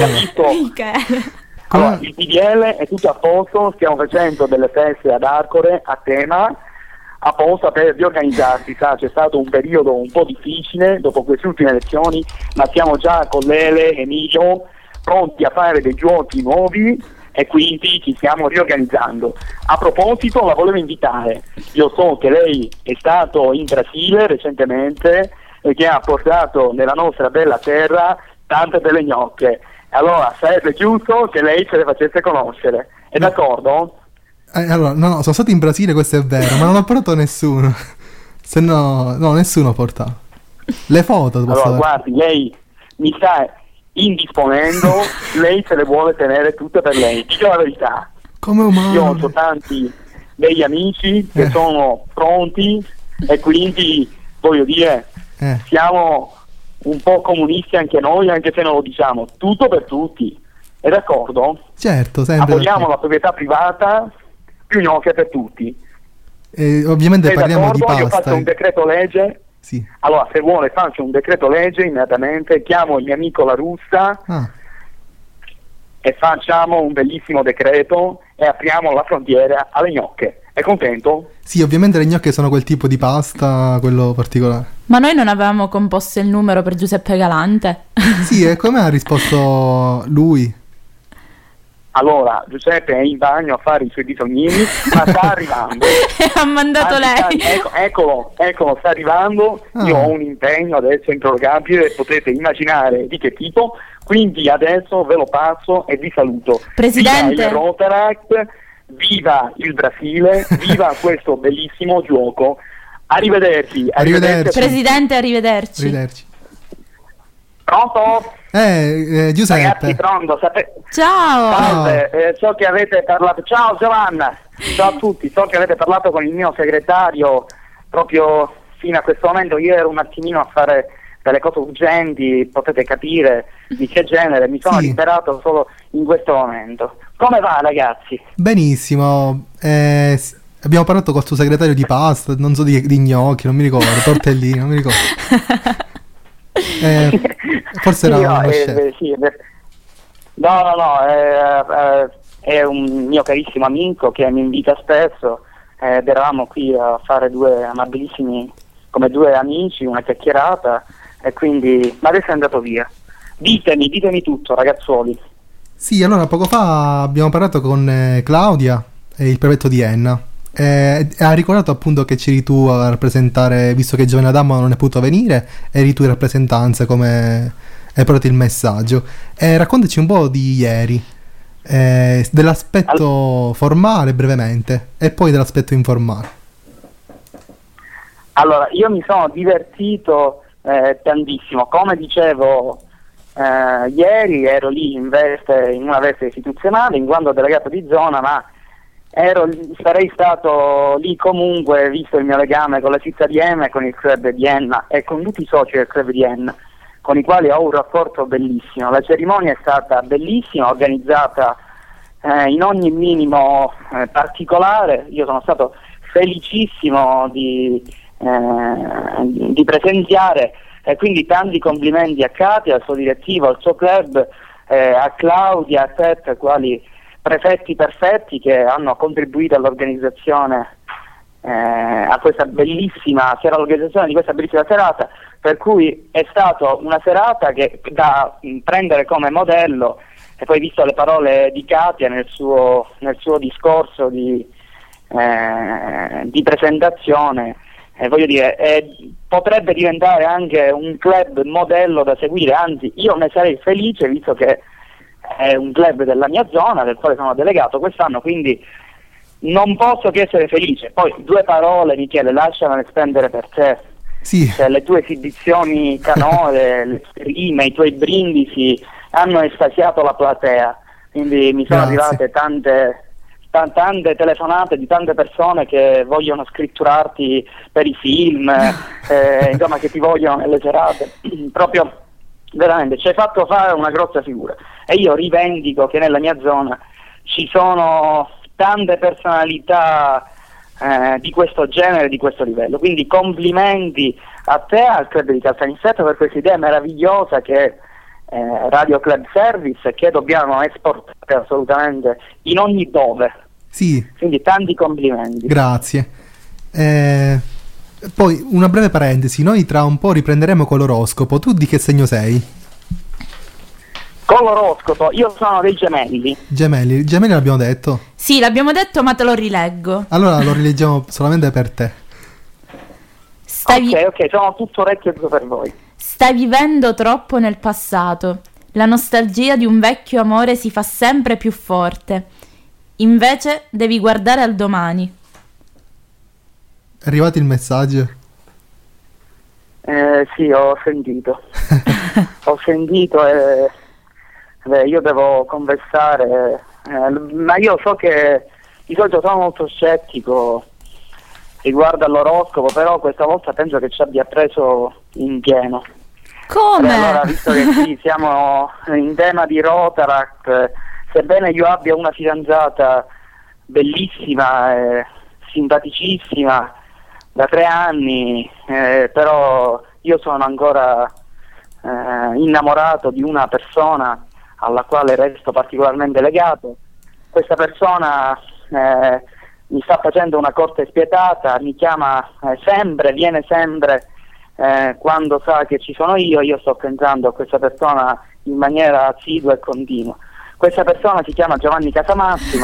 Allora, il PDL è tutto a posto, stiamo facendo delle feste ad Arcore a tema apposta per riorganizzarsi. C'è stato un periodo un po' difficile dopo queste ultime elezioni, ma siamo già con Lele, Emilio pronti a fare dei giochi nuovi e quindi ci stiamo riorganizzando. A proposito, la volevo invitare, io so che lei è stato in Brasile recentemente e che ha portato nella nostra bella terra tante belle gnocche. Allora sarebbe giusto che lei ce le facesse conoscere. È d'accordo? Allora, no, sono stato in Brasile, questo è vero, ma non ho portato nessuno. Se no, nessuno ha portato. Le foto posso allora, guardi, lei mi sta indisponendo, lei se le vuole tenere tutte per lei. Dico la verità. Come umano. Io ho tanti degli amici che sono pronti e quindi, voglio dire, siamo un po' comunisti anche noi, anche se non lo diciamo. Tutto per tutti. È d'accordo? Certo, sempre. Aboliamo la proprietà privata, più gnocche per tutti. Ovviamente parliamo di pasta. Io faccio un decreto legge. Sì. Allora, se vuole faccio un decreto legge immediatamente, chiamo il mio amico La Russa e facciamo un bellissimo decreto e apriamo la frontiera alle gnocche. È contento? Sì, ovviamente le gnocche sono quel tipo di pasta, quello particolare. Ma noi non avevamo composto il numero per Giuseppe Galante? Sì, e come ha risposto lui? Allora, Giuseppe è in bagno a fare i suoi bisognini, ma sta arrivando. Ha mandato lei. Eccolo, sta arrivando. Io ho un impegno adesso improrogabile, potete immaginare di che tipo, quindi adesso ve lo passo e vi saluto. Presidente. Viva il Rotaract, viva il Brasile, viva questo bellissimo gioco. Arrivederci. Presidente, arrivederci. Pronto? Giuseppe. Ragazzi, pronto? Ciao. Salve, so che avete parlato. Ciao Giovanna. Ciao a tutti. So che avete parlato con il mio segretario proprio fino a questo momento. Io ero un attimino a fare delle cose urgenti, potete capire di che genere. Mi sono liberato solo in questo momento. Come va, ragazzi? Benissimo. Abbiamo parlato col suo segretario di pasta, non so di gnocchi, non mi ricordo, tortellini, non mi ricordo. Forse era uno chef. È un mio carissimo amico che mi invita spesso ed eravamo qui a fare due amabilissimi, come due amici, una chiacchierata, e quindi, ma adesso è andato via. Ditemi tutto, ragazzuoli. Sì, allora poco fa abbiamo parlato con Claudia, il prefetto di Enna. Ha ricordato appunto che c'eri tu a rappresentare, visto che Giovanni Adamo non è potuto venire, eri tu in rappresentanza, come hai portato il messaggio. Raccontaci un po' di ieri, dell'aspetto formale brevemente e poi dell'aspetto informale. Allora, io mi sono divertito tantissimo, come dicevo ieri ero lì in una veste istituzionale in quanto delegato di zona, ma sarei stato lì comunque, visto il mio legame con la città di Enna e con il club di Enna e con tutti i soci del club di Enna, con i quali ho un rapporto bellissimo. La cerimonia è stata bellissima, organizzata in ogni minimo particolare. Io sono stato felicissimo di presenziare, e quindi tanti complimenti a Katia, al suo direttivo, al suo club, a Claudia, a Pep, quali prefetti perfetti che hanno contribuito all'organizzazione a questa bellissima sera, all'organizzazione di questa bellissima serata, per cui è stata una serata che da prendere come modello. E poi, visto le parole di Katia nel suo discorso di presentazione, voglio dire, potrebbe diventare anche un club modello da seguire, anzi io ne sarei felice, visto che è un club della mia zona, del quale sono delegato quest'anno, quindi non posso che essere felice. Poi due parole, Michele, lasciamele spendere per te. Sì. Cioè, le tue esibizioni canore, le prime, i tuoi brindisi hanno estasiato la platea, quindi mi sono arrivate tante telefonate di tante persone che vogliono scritturarti per i film, insomma, che ti vogliono nelle serate. Proprio veramente ci hai fatto fare una grossa figura, e io rivendico che nella mia zona ci sono tante personalità di questo genere, di questo livello, quindi complimenti a te, al club di Caltanissetta, per questa idea meravigliosa che è Radio Club Service, che dobbiamo esportare assolutamente in ogni dove. Sì. Quindi tanti complimenti. Grazie. Poi una breve parentesi, noi tra un po' riprenderemo con l'oroscopo. Tu di che segno sei? Con l'oroscopo io sono dei gemelli. Gemelli l'abbiamo detto? Sì, l'abbiamo detto, ma te lo rileggo. Allora lo rileggiamo solamente per te. Ok, sono tutto orecchio per voi. Stai vivendo troppo nel passato. La nostalgia di un vecchio amore si fa sempre più forte. Invece devi guardare al domani. È arrivato il messaggio? Sì, ho sentito. Ho sentito e io devo confessare, ma io so che di solito sono molto scettico riguardo all'oroscopo, però questa volta penso che ci abbia preso in pieno. Come? Allora, visto che qui siamo in tema di Rotaract, sebbene io abbia una fidanzata bellissima e simpaticissima da 3 anni, però io sono ancora innamorato di una persona alla quale resto particolarmente legato. Questa persona mi sta facendo una corte spietata, mi chiama sempre, viene sempre quando sa che ci sono io sto pensando a questa persona in maniera assidua e continua. Questa persona si chiama Giovanni Casamassimo,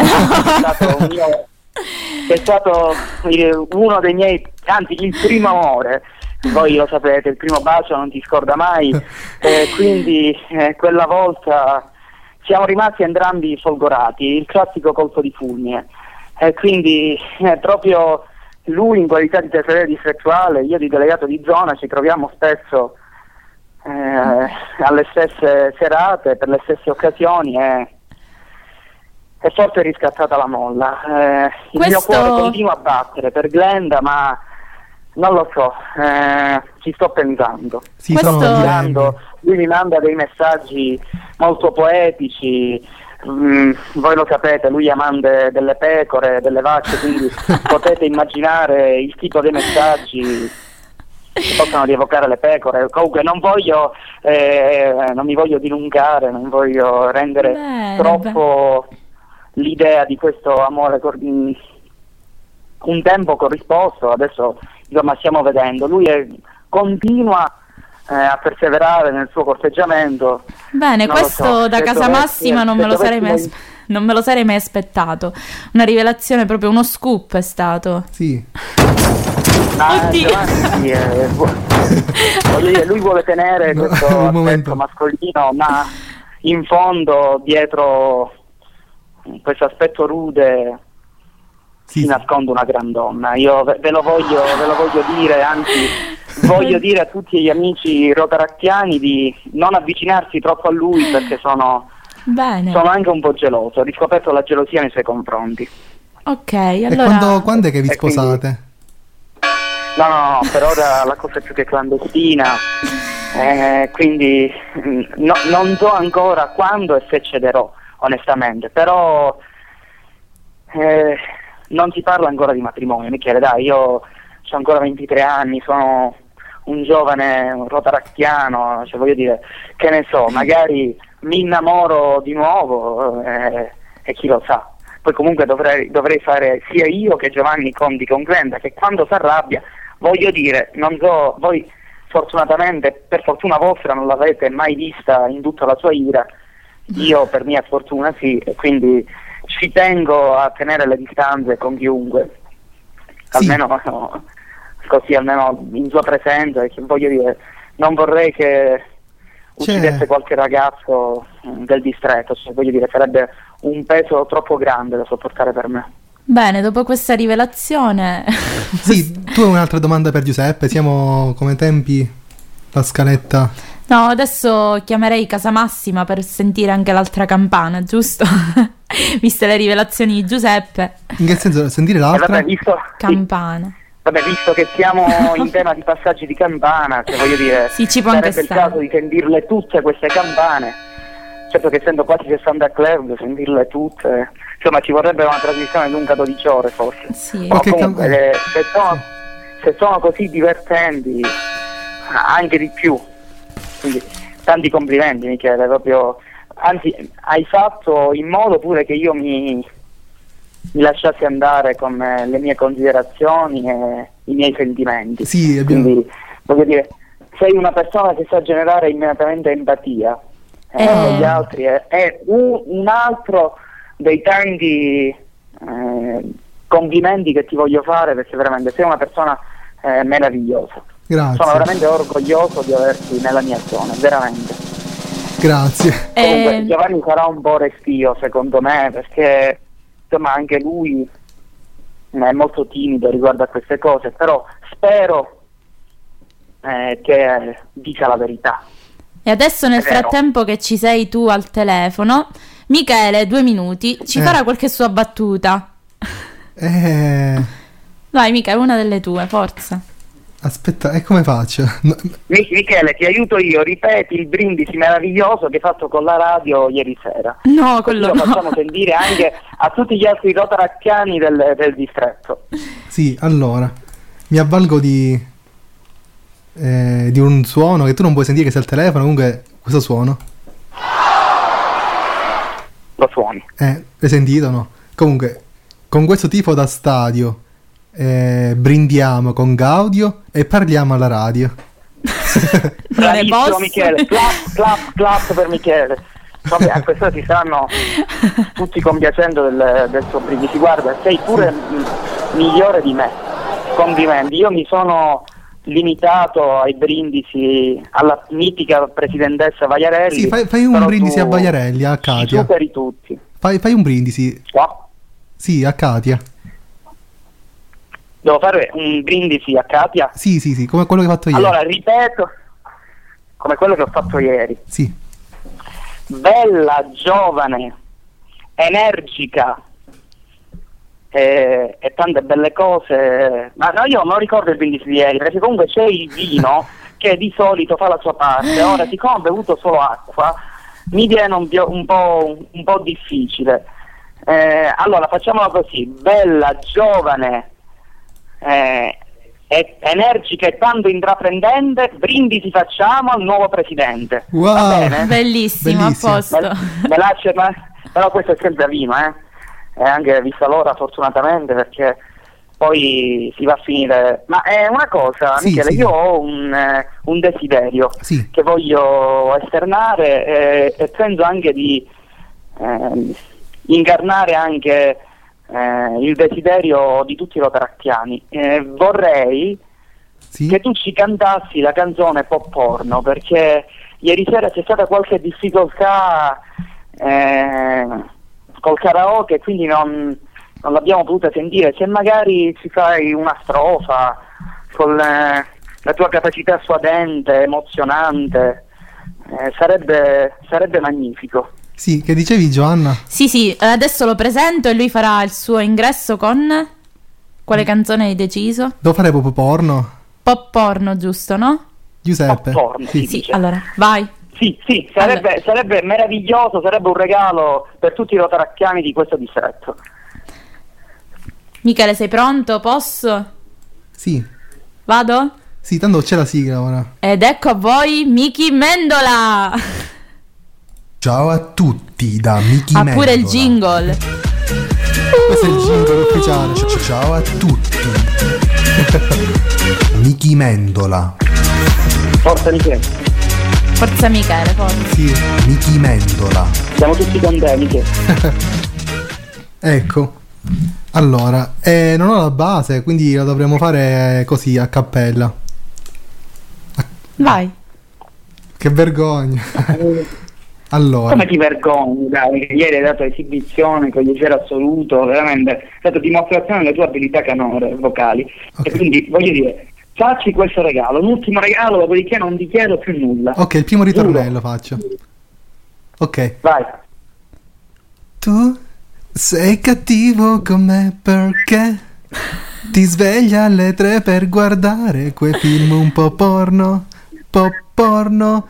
che è stato uno dei miei, anzi il primo amore. Voi lo sapete, il primo bacio non ti scorda mai, quindi quella volta siamo rimasti entrambi folgorati, il classico colpo di fulmine. Quindi proprio lui in qualità di tesorere distrettuale, io di delegato di zona, ci troviamo spesso alle stesse serate, per le stesse occasioni, e forse è riscattata la molla. Il mio cuore continua a battere per Glenda, ma non lo so, ci sto pensando. Lui mi manda dei messaggi molto poetici, voi lo sapete, lui è amante delle pecore, delle vacche, quindi potete immaginare il tipo dei messaggi che possono rievocare le pecore. Comunque non mi voglio dilungare, non voglio rendere troppo l'idea di questo amore un tempo corrisposto. Adesso insomma stiamo vedendo, lui continua a perseverare nel suo corteggiamento. Bene, non questo so, da Casamassima non me lo sarei mai aspettato. Una rivelazione, proprio uno scoop è stato. Sì. Giovanni, voglio dire, lui vuole tenere questo aspetto mascolino, ma in fondo dietro questo aspetto rude si nasconde una gran donna. Io ve lo voglio dire, anzi voglio dire a tutti gli amici rotarattiani di non avvicinarsi troppo a lui, perché sono anche un po' geloso. Ho riscoperto la gelosia nei suoi confronti. Ok, allora. E quando è che vi sposate? No, per ora la cosa è più che clandestina, quindi non so ancora quando e se cederò, onestamente, però non si parla ancora di matrimonio, Michele, dai, io ho ancora 23 anni, sono un giovane rotarattiano, cioè voglio dire, che ne so, magari mi innamoro di nuovo e chi lo sa. Poi comunque dovrei fare sia io che Giovanni Conti con Glenda, che quando si arrabbia, voglio dire, non so, voi fortunatamente, per fortuna vostra, non l'avete mai vista in tutta la sua ira, io per mia fortuna sì, e quindi ci tengo a tenere le distanze con chiunque, almeno così, almeno in sua presenza, e voglio dire, non vorrei che uccidesse qualche ragazzo del distretto, cioè, voglio dire, sarebbe un peso troppo grande da sopportare per me. Bene, dopo questa rivelazione. Sì, tu hai un'altra domanda per Giuseppe? Siamo come tempi? La scaletta? No, adesso chiamerei Casamassima per sentire anche l'altra campana, giusto? Viste le rivelazioni di Giuseppe. In che senso? Sentire l'altra? Campana. Vabbè, visto che siamo in tema di passaggi di campana, cioè voglio dire, sì, ci può anche sarebbe il caso di sentirle tutte queste campane. Certo che essendo quasi 60 club, sentirle tutte, insomma ci vorrebbe una trasmissione lunga 12 ore forse. Sì. Ma comunque se sono così divertenti, anche di più. Quindi tanti complimenti, Michele, proprio, anzi hai fatto in modo pure che io mi lasciassi andare con le mie considerazioni e i miei sentimenti. Sì, quindi voglio dire, sei una persona che sa generare immediatamente empatia con gli altri, è un altro dei tanti complimenti che ti voglio fare, perché veramente sei una persona meravigliosa. Grazie. Sono veramente orgoglioso di averti nella mia zona, veramente. Grazie. Comunque Giovanni sarà un po' restio secondo me, perché insomma anche lui è molto timido riguardo a queste cose, però spero che dica la verità. E adesso nel frattempo che ci sei tu al telefono, Michele, 2 minuti, ci farà qualche sua battuta. Vai Michele, una delle tue, forza. Aspetta, e come faccio? No. Michele, ti aiuto io, ripeti il brindisi meraviglioso che hai fatto con la radio ieri sera. No, quello lo facciamo sentire anche a tutti gli altri rotaracchiani del distretto. Sì, allora, mi avvalgo di un suono che tu non puoi sentire che sei al telefono, comunque questo suono. Lo suoni. L'hai sentito, no? Comunque, con questo tifo da stadio brindiamo con Gaudio e parliamo alla radio. Bravissimo Michele, clap per Michele. Vabbè, a questo si stanno tutti compiacendo del suo brindisi. Guarda, sei pure migliore di me. Complimenti. Io mi sono limitato ai brindisi alla mitica presidentessa Vaiarelli. Sì, fai un brindisi a Vaiarelli, a Katia. Superi tutti. Fai un brindisi. No. Sì, a Katia. Devo fare un brindisi a Katia? Sì, come quello che ho fatto ieri. Allora, ripeto, come quello che ho fatto ieri. Sì. Bella, giovane, energica e tante belle cose. Ma no, io non ricordo il brindisi di ieri, perché comunque c'è il vino che di solito fa la sua parte. Ora, siccome ho bevuto solo acqua, mi viene un po' difficile. Allora, facciamolo così: bella, giovane, energica e tanto intraprendente, brindisi facciamo al nuovo presidente. Wow. Va bene? Bellissimo, a posto. Me lascia, però questo è sempre a vino, e anche vista l'ora, fortunatamente, perché poi si va a finire. Ma è una cosa, Sì, Michele, sì. io ho un desiderio Sì. che voglio esternare, e penso anche di incarnare anche il desiderio di tutti i rotaracchiani. Vorrei Sì. che tu ci cantassi la canzone Pop Porno, perché ieri sera c'è stata qualche difficoltà col karaoke, quindi non l'abbiamo potuta sentire. Se magari ci fai una strofa con la tua capacità suadente, emozionante, sarebbe magnifico. Sì, che dicevi, Giovanna? Sì, adesso lo presento e lui farà il suo ingresso con... Quale canzone hai deciso? Devo fare proprio porno? Pop porno, giusto, no? Giuseppe? Pop porno, Sì. Sì, allora, vai. Sì, sarebbe meraviglioso, sarebbe un regalo per tutti i rotaracchiani di questo distretto. Michele, sei pronto? Posso? Sì. Vado? Sì, tanto c'è la sigla ora. Ed ecco a voi Miki Mendola! Ciao a tutti da Miki Ha Mendola. pure il jingle. Questo è il jingle ufficiale. Ciao a tutti. Miki Mendola. Forza Michele, Forza Michele, forza. Sì, Miki Mendola. siamo tutti con te, Michele. Ecco. Allora, non ho la base, quindi la dovremo fare così a cappella. Vai. Che vergogna. Allora, Come ti vergogni, dai, che ieri hai dato esibizione con leggero assoluto, veramente hai dato dimostrazione delle tue abilità canore vocali. Ok. E quindi voglio dire, facci questo regalo, un ultimo regalo, dopodiché non ti chiedo più nulla. ok, il primo ritornello faccio. Ok. Vai. Tu sei cattivo con me perché ti svegli alle 3 per guardare quei film un po' porno, porno.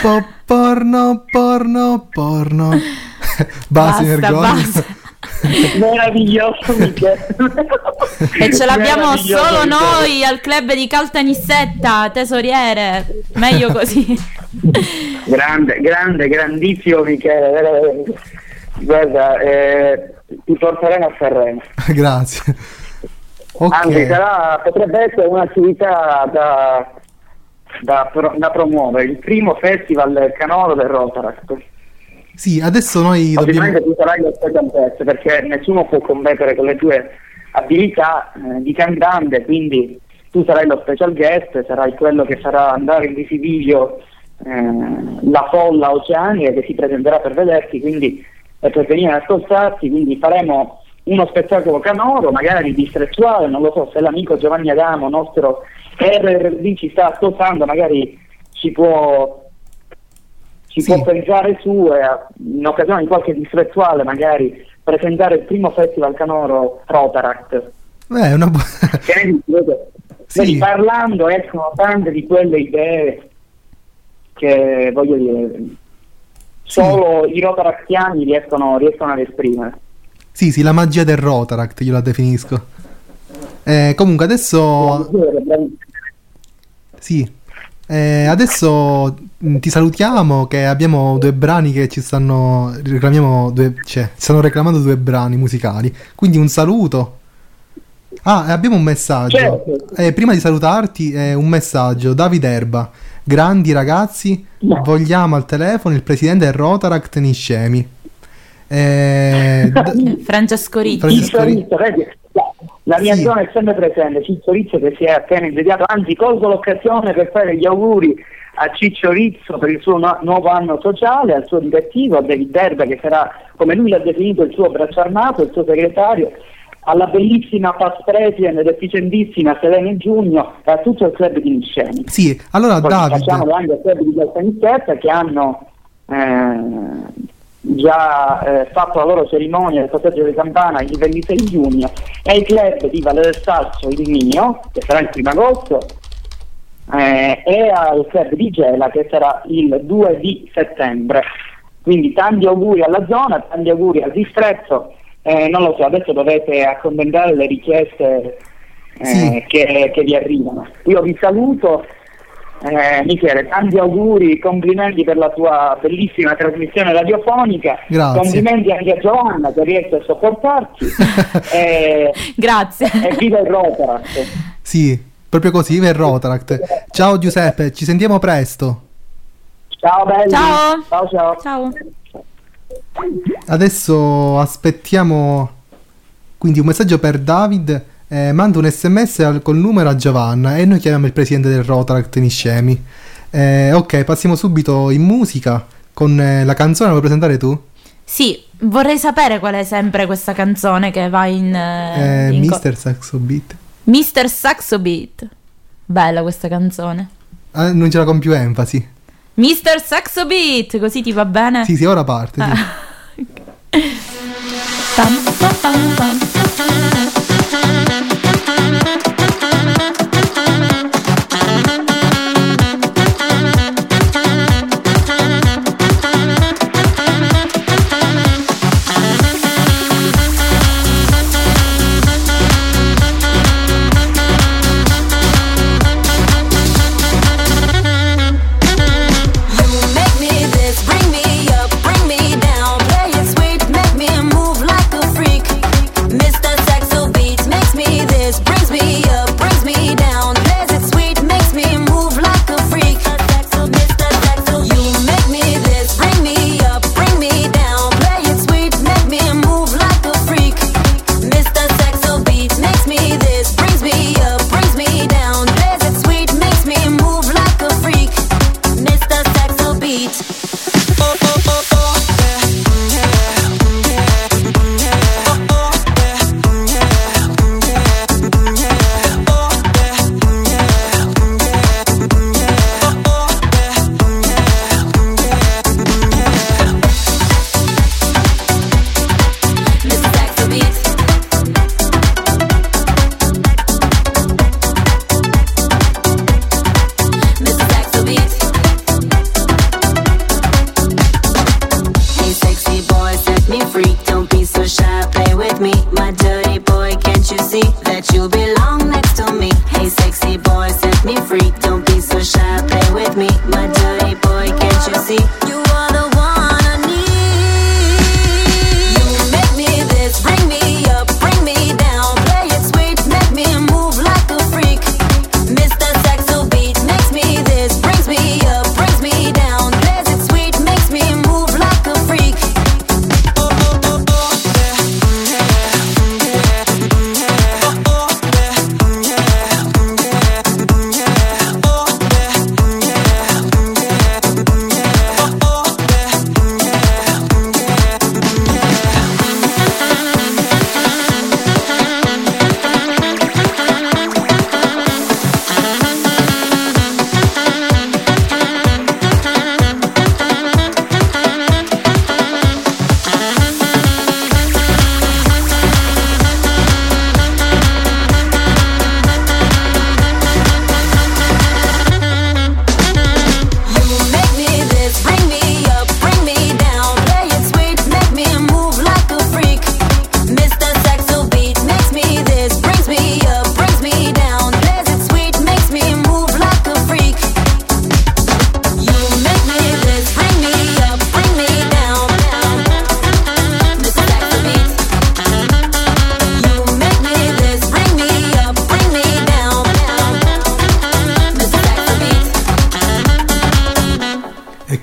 Basta, vergogna. basta. Meraviglioso, Michele. E ce l'abbiamo Meraviglioso, solo Michele. noi al club di Caltanissetta, tesoriere. Meglio così. Grandissimo Michele, veramente. Guarda, ti porteremo a Sanremo. Grazie. Anzi, Ok. potrebbe essere un'attività da promuovere, il primo festival canoro del Rotaract. Sì, adesso noi dobbiamo... Ovviamente tu sarai lo special guest, perché nessuno può competere con le tue abilità di cantante, quindi tu sarai lo special guest, sarai quello che farà andare in visibilio la folla oceanica che si presenterà per vederti, quindi e per venire ad ascoltarti, quindi faremo uno spettacolo canoro, magari distrettuale, non lo so, se l'amico Giovanni Adamo, nostro RRD, ci sta ascoltando, magari ci può pensare su, in occasione di qualche distrettuale magari presentare il primo festival canoro Rotaract. È una buona... Che ne dici? Sì. Vedi, parlando escono tante di quelle idee che, voglio dire, solo i rotaracchiani riescono ad esprimere. Sì, la magia del Rotaract, io la definisco. Comunque adesso... Sì. Adesso ti salutiamo, che abbiamo 2 brani che ci stanno... stanno reclamando 2 brani musicali. Quindi un saluto. Abbiamo un messaggio. Certo. Prima di salutarti, un messaggio. Davide Erba grandi ragazzi, vogliamo al telefono il presidente del Rotaract Niscemi. Francesco Rizzo. La mia zona è sempre presente, Ciccio Rizzo che si è appena insediato, anzi colgo l'occasione per fare gli auguri a Ciccio Rizzo per il suo nuovo anno sociale, al suo direttivo, a David Derba che sarà, come lui l'ha definito, il suo braccio armato, il suo segretario, alla bellissima past president ed efficientissima Selene Giugno e a tutto il club di Niscemi. Sì, allora poi David, facciamolo anche al club di Caltanissetta che hanno già fatto la loro cerimonia del passaggio di campana il 26 giugno e il club di Valle del Sasso, il mio, che sarà il 1 agosto, e al club di Gela che sarà il 2 di settembre. Quindi tanti auguri alla zona, tanti auguri al distretto. Non lo so, adesso dovete accontentare le richieste che vi arrivano. Io vi saluto. Michele, tanti auguri, complimenti per la tua bellissima trasmissione radiofonica. Grazie. Complimenti anche a Giovanna che riesce a sopportarci. Grazie. E viva il Rotaract. Sì, proprio così, viva il Rotaract. Ciao Giuseppe, ci sentiamo presto. Ciao belli. Ciao. Adesso aspettiamo quindi un messaggio per David. Manda un sms col numero a Giovanna e noi chiamiamo il presidente del Rotaract Niscemi. Ok, passiamo subito in musica con la canzone. La vuoi presentare tu? Sì, vorrei sapere qual è sempre questa canzone che va in Mr. Saxo Beat. Mr. Saxo Beat. Bella questa canzone. Non ce la con più enfasi. Mr. Saxo Beat, così ti va bene? Sì, ora parte, sì. Pam, pam, pam, pam.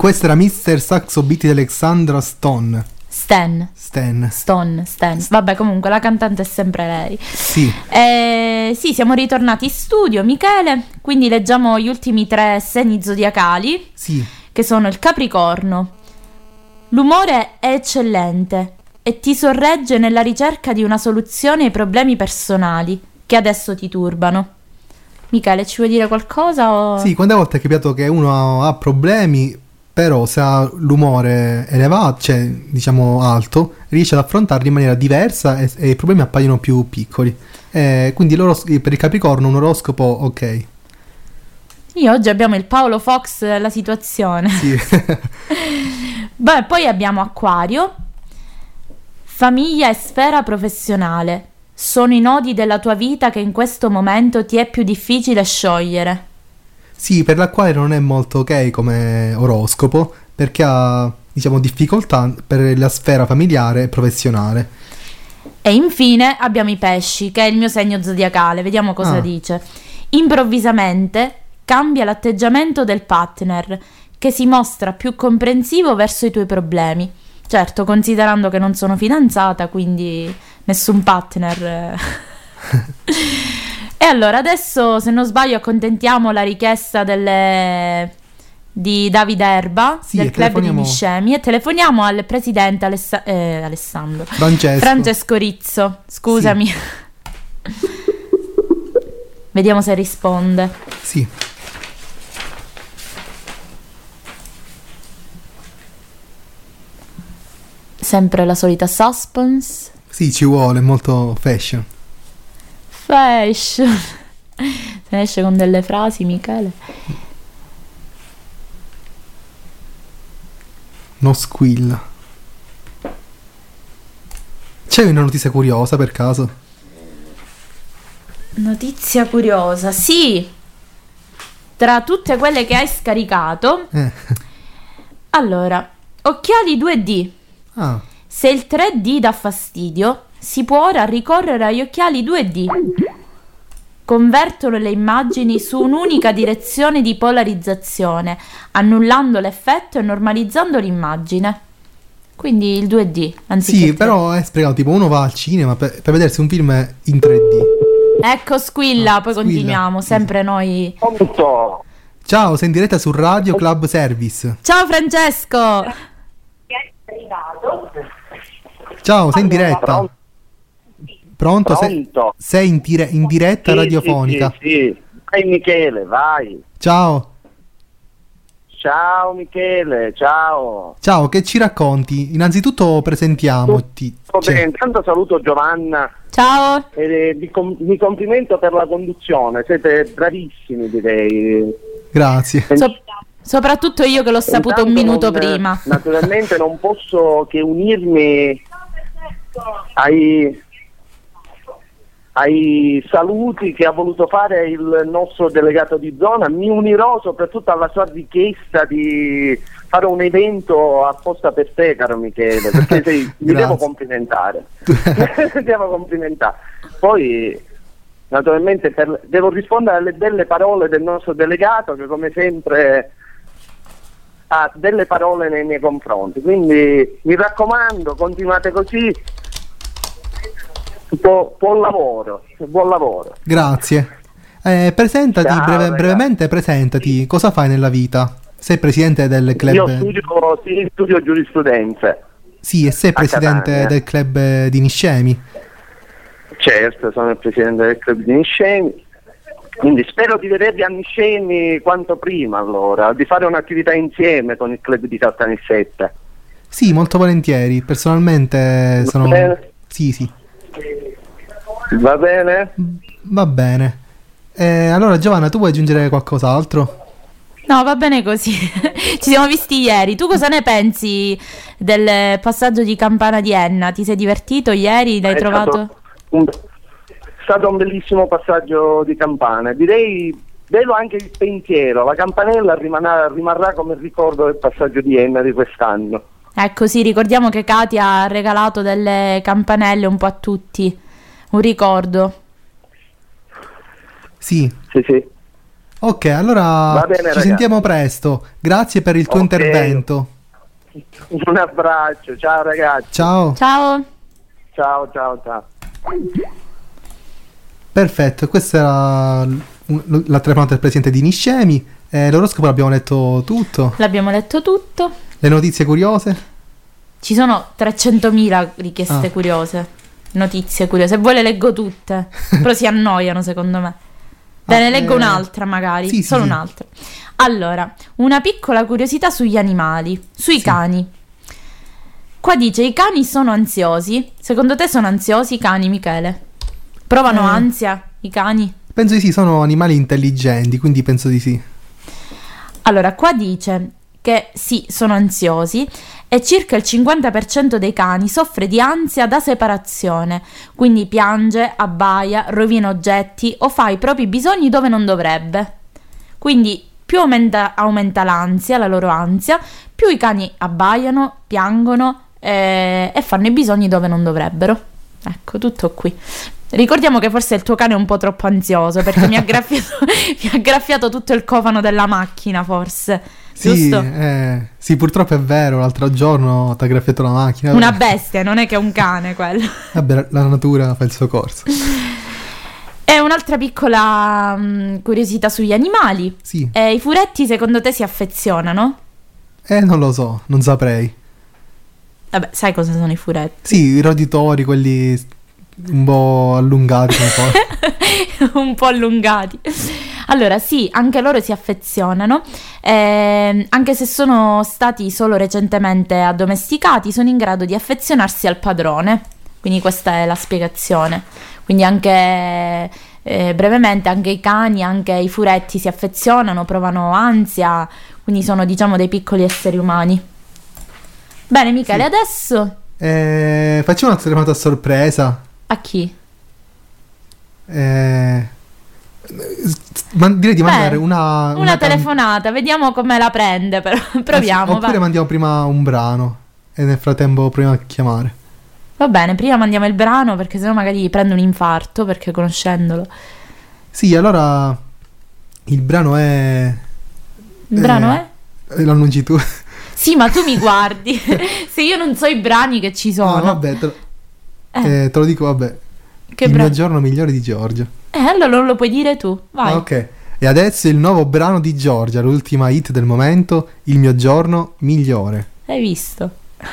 questo era Mr. Saxo Beat di Alexandra Stan. Vabbè, comunque la cantante è sempre lei. Sì. Sì, siamo ritornati in studio, Michele, quindi leggiamo gli ultimi 3 segni zodiacali, Sì. che sono il Capricorno. L'umore è eccellente e ti sorregge nella ricerca di una soluzione ai problemi personali che adesso ti turbano. Michele, ci vuoi dire qualcosa? O... Sì, quante volte è capitato che uno ha problemi, però se ha l'umore elevato, cioè diciamo alto, riesce ad affrontarli in maniera diversa e i problemi appaiono più piccoli. Quindi per il Capricorno un oroscopo ok. Io oggi abbiamo il Paolo Fox della situazione. Sì. Beh, poi abbiamo Acquario. Famiglia e sfera professionale sono i nodi della tua vita che in questo momento ti è più difficile sciogliere. Sì, per l'Acquario non è molto ok come oroscopo, perché ha, diciamo, difficoltà per la sfera familiare e professionale. E infine abbiamo i Pesci, che è il mio segno zodiacale. Vediamo cosa dice. Improvvisamente cambia l'atteggiamento del partner, che si mostra più comprensivo verso i tuoi problemi. Certo, considerando che non sono fidanzata, quindi nessun partner. E allora, adesso, se non sbaglio, accontentiamo la richiesta di Davide Erba, sì, del club di Niscemi, e telefoniamo al presidente Alessandro Francesco Rizzo. Scusami. Sì. Vediamo se risponde. Sì. Sempre la solita suspense. Sì, ci vuole, molto fashion. Se ne esce con delle frasi, Michele. No squilla. C'è una notizia curiosa per caso? Notizia curiosa, sì. Tra tutte quelle che hai scaricato. Allora, occhiali 2D. Se il 3D dà fastidio, si può ora ricorrere agli occhiali 2D. Convertono le immagini su un'unica direzione di polarizzazione, annullando l'effetto e normalizzando l'immagine. Quindi il 2D, anziché sì, però è spiegato, tipo uno va al cinema per vedersi un film in 3D. Ecco, squilla, poi squilla. Continuiamo, sempre noi. Ciao, sei in diretta su Radio Club Service. Ciao Francesco. Ciao, sei in diretta. Pronto? Sei in diretta radiofonica. Sì. Vai Michele, vai. Ciao. Ciao Michele, ciao. Ciao, che ci racconti? Innanzitutto presentiamoti. Intanto saluto Giovanna. Ciao. Mi complimento per la conduzione, siete bravissimi, direi. Grazie. Soprattutto io che l'ho saputo un minuto prima. Naturalmente non posso che unirmi ai saluti che ha voluto fare il nostro delegato di zona. Mi unirò soprattutto alla sua richiesta di fare un evento apposta per te, caro Michele, perché mi devo complimentare. Devo complimentare. Poi naturalmente devo rispondere alle belle parole del nostro delegato, che come sempre ha delle parole nei miei confronti, quindi mi raccomando, continuate così. Buon lavoro. Grazie. Presentati, ciao, brevemente presentati, cosa fai nella vita? Sei presidente del club? Io studio giurisprudenza. Sì, e sei presidente del club di Niscemi? Certo, sono il presidente del club di Niscemi. Quindi spero di vedervi a Niscemi quanto prima, allora, di fare un'attività insieme con il club di Caltanissetta. Sì, molto volentieri. Personalmente sono... Bene? Sì. Va bene? Va bene. Allora Giovanna, tu vuoi aggiungere qualcos'altro? No, va bene così. Ci siamo visti ieri. Tu cosa ne pensi del passaggio di campana di Enna? Ti sei divertito ieri? L'hai trovato? È stato un bellissimo passaggio di campana. Direi bello anche il pensiero. La campanella rimarrà come ricordo del passaggio di Enna di quest'anno. Ecco, sì, ricordiamo che Katia ha regalato delle campanelle un po' a tutti. Un ricordo. Sì. Ok, allora Va bene, ci ragazzi. sentiamo presto. Grazie per il tuo Ok. intervento. Un abbraccio, ciao ragazzi. Ciao. Ciao. Ciao, ciao, ciao. Perfetto, questa era la telefonata del presidente di Niscemi. L'oroscopo l'abbiamo letto tutto. L'abbiamo letto tutto. Le notizie curiose? Ci sono 300.000 richieste Ah. curiose, notizie curiose. Se vuoi le leggo tutte, però si annoiano secondo me. Te ne leggo un'altra magari, sì, solo sì. un'altra. Allora, una piccola curiosità sugli animali, sui cani. Qua dice: i cani sono ansiosi. Secondo te sono ansiosi i cani, Michele? Provano ansia i cani? Penso di sì, sono animali intelligenti, quindi penso di sì. Allora, qua dice che sì, sono ansiosi e circa il 50% dei cani soffre di ansia da separazione, quindi piange, abbaia, rovina oggetti o fa i propri bisogni dove non dovrebbe. Quindi più aumenta l'ansia, la loro ansia, più i cani abbaiano, piangono e fanno i bisogni dove non dovrebbero. Ecco, tutto qui. Ricordiamo che forse il tuo cane è un po' troppo ansioso perché mi ha graffiato tutto il cofano della macchina, forse. Sì, Giusto? sì, purtroppo è vero, l'altro giorno ti ha graffiato la macchina. Una bestia, non è che è un cane quello. Vabbè, la natura fa il suo corso. E un'altra piccola curiosità sugli animali. Sì. I furetti secondo te si affezionano? Non lo so, non saprei. Vabbè, sai cosa sono i furetti? Sì, i roditori, quelli un po' allungati come poi. Un po' allungati. Allora sì, anche loro si affezionano, anche se sono stati solo recentemente addomesticati, sono in grado di affezionarsi al padrone, quindi questa è la spiegazione. Quindi anche brevemente anche i cani, anche i furetti si affezionano, provano ansia, quindi sono diciamo dei piccoli esseri umani. Bene Michele, Sì. adesso Facciamo una telefonata a sorpresa. a chi? Direi di mandare una telefonata, vediamo come la prende, però proviamo. Oppure va. mandiamo prima un brano e nel frattempo prima di chiamare. Va bene, prima mandiamo il brano perché sennò magari prende un infarto, perché conoscendolo. Sì, allora il brano è... Il brano è? Lo annunci tu. Sì, ma tu mi guardi. Se io non so i brani che ci sono. No, vabbè, te lo dico, vabbè. Che il brano? mio giorno migliore di Giorgia. Allora non lo puoi dire tu. Vai. Ah, ok. E adesso il nuovo brano di Giorgia, l'ultima hit del momento, Il mio giorno migliore. Hai visto?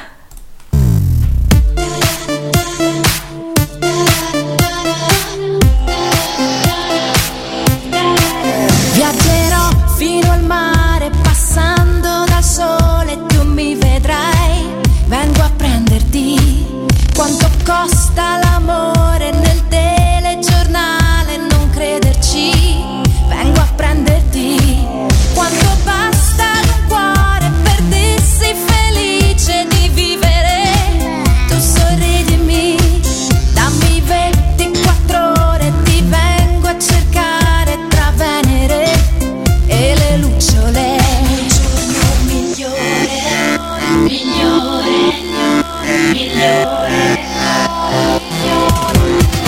Viaggerò fino al mare passando dal sole, tu mi vedrai, vengo a prenderti. Quanto costa l'amore nel telegiornale, non crederci, vengo a prenderti. Quanto basta ad un cuore per dirsi felice di vivere, tu sorridimi, dammi 24 ore, ti vengo a cercare tra Venere e le lucciole. Il giorno migliore, migliore, migliore.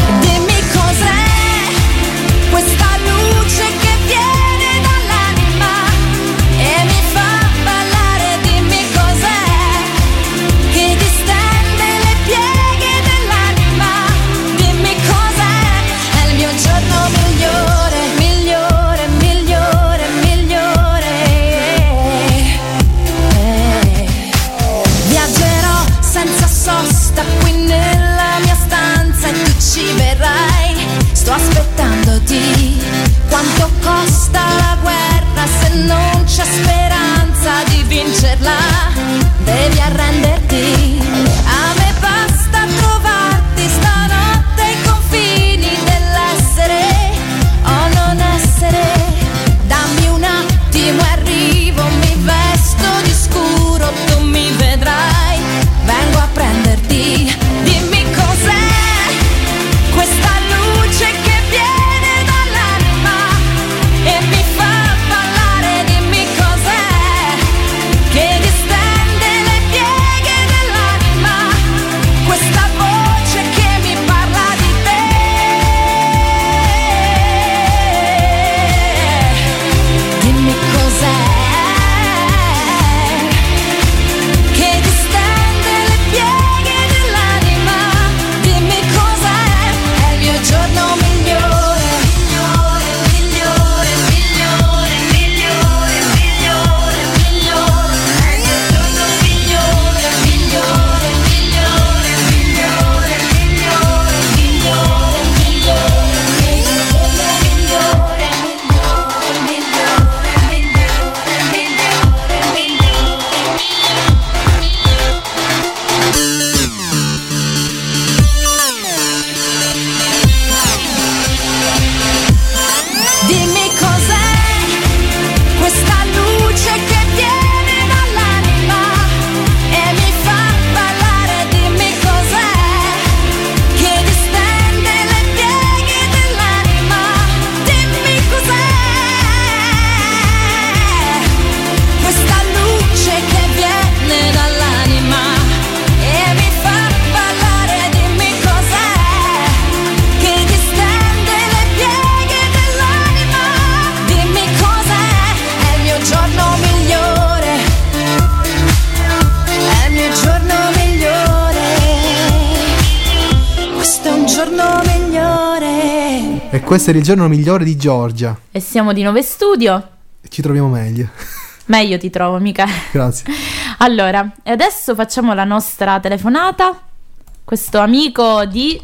giorno migliore. E questo è il giorno migliore di Giorgia. E siamo di nuovo in studio. Ci troviamo meglio. Meglio ti trovo, mica. Grazie. Allora, e adesso facciamo la nostra telefonata. Questo amico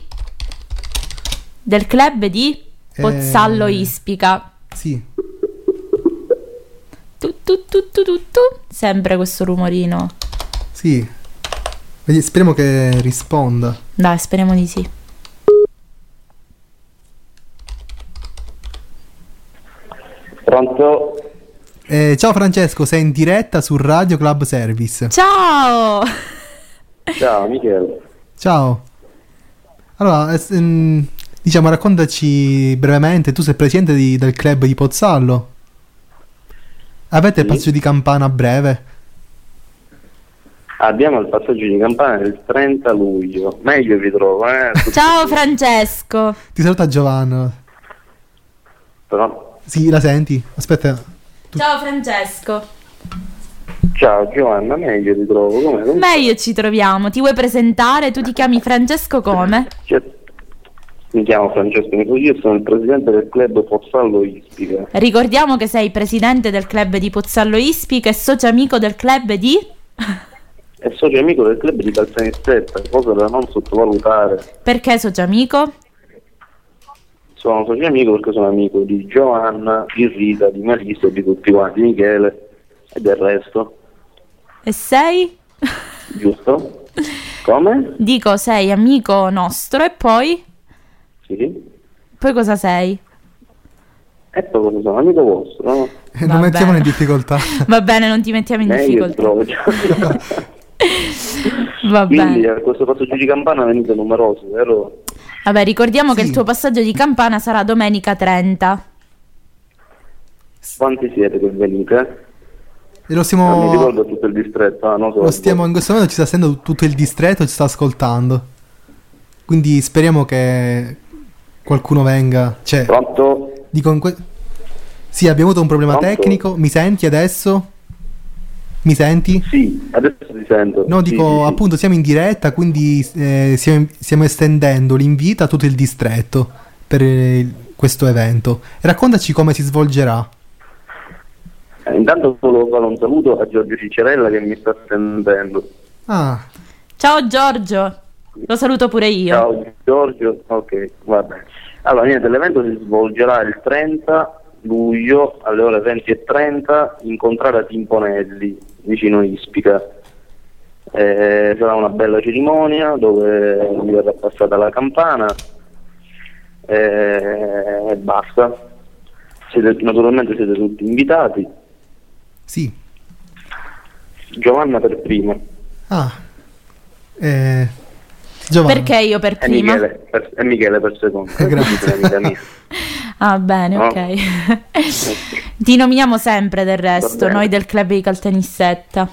del club di Pozzallo Ispica. Sì. Tu. Sempre questo rumorino. Sì. Speriamo che risponda. Dai, speriamo di sì. Pronto? Ciao Francesco, sei in diretta su Radio Club Service. Ciao! Ciao Michele. Ciao. Allora, diciamo, raccontaci brevemente, tu sei presidente del club di Pozzallo. Avete il passaggio di campana a breve? Abbiamo il passaggio di campana il 30 luglio. Meglio vi trovo, Ciao Francesco. Ti saluta Giovanna. Però... Sì, la senti? Aspetta. Ciao Francesco. Ciao Giovanna, meglio ti trovo. Come? Meglio ci troviamo. Ti vuoi presentare? Tu ti chiami Francesco come? Mi chiamo Francesco Nicosio, sono il presidente del club Pozzallo Ispica. Ricordiamo che sei presidente del club di Pozzallo Ispica e socio amico del club di... E socio amico del club di Caltanissetta, cosa da non sottovalutare. Perché socio amico? Sono socio amico perché sono amico di Giovanna, di Rita, di Marisa e di tutti quanti, Michele e del resto. E sei? Giusto? Come? Dico, sei amico nostro e poi? Sì. Poi cosa sei? E poi cosa sono? Amico vostro, no? Non mettiamo in difficoltà. Va bene, non ti mettiamo in difficoltà. Va Quindi bene. a questo passaggio di campana venite numerosi, vero? Vabbè, ricordiamo che il tuo passaggio di campana sarà domenica 30. Quanti siete che venite? E lo stiamo... Non mi ricordo tutto il distretto, non so. Lo stiamo, in questo momento ci sta sentendo tutto il distretto, ci sta ascoltando. Quindi speriamo che qualcuno venga. Cioè, pronto? Dico, sì, abbiamo avuto un problema tecnico. Mi senti adesso? Mi senti? Sì, adesso ti sento. No, dico, sì. appunto, siamo in diretta, quindi stiamo estendendo l'invito a tutto il distretto per questo evento. E raccontaci come si svolgerà. Intanto volevo fare un saluto a Giorgio Ciccerella che mi sta sentendo. Ah. Ciao Giorgio, lo saluto pure io. Ciao Giorgio, ok, va bene. Allora, niente, l'evento si svolgerà il 30 luglio alle ore 20:30 in contrada Timponelli, vicino Ispica. Sarà una bella cerimonia dove mi verrà passata la campana e basta. Naturalmente siete tutti invitati. Sì. Giovanna per prima. Ah. Giovanna. Perché io per prima? E Michele per seconda. Grazie. Ah, bene, no? Ok. Ti nominiamo sempre del resto, noi del club di Caltanissetta.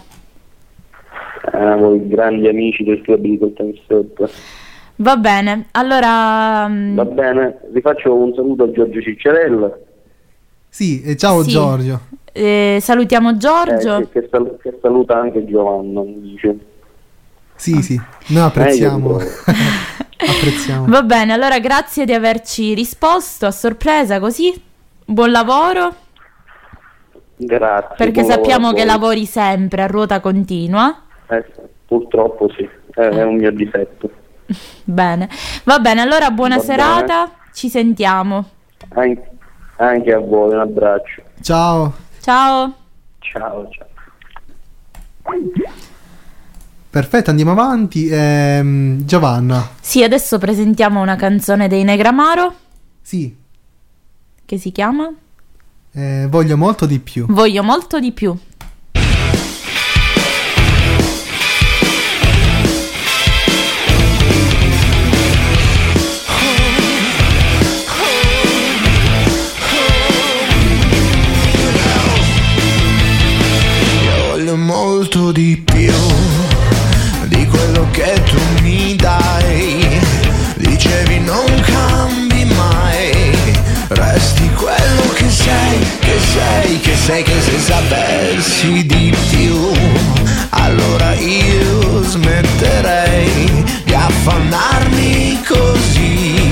Voi grandi amici del club di Caltanissetta. Va bene, allora... Va bene, vi faccio un saluto a Giorgio Ciccerella. Sì, ciao sì. Giorgio. Salutiamo Giorgio. Che saluta anche Giovanna, mi dice. Sì, sì, noi apprezziamo. Apprezziamo. Va bene, allora grazie di averci risposto a sorpresa così. Buon lavoro. Grazie. Perché sappiamo che lavori sempre a ruota continua. Purtroppo sì, è un mio difetto. Bene, va bene, allora buona serata, ci sentiamo. Anche a voi, un abbraccio. Ciao. Ciao. Ciao, ciao. Perfetto, andiamo avanti. Giovanna. Sì, adesso presentiamo una canzone dei Negramaro. Sì. Che si chiama? Voglio molto di più. Voglio molto di più. Voglio molto di più di quello che tu mi dai. Dicevi non cambi mai, resti quello che sei, che sei, che sei, che se sapessi di più, allora io smetterei di affannarmi così.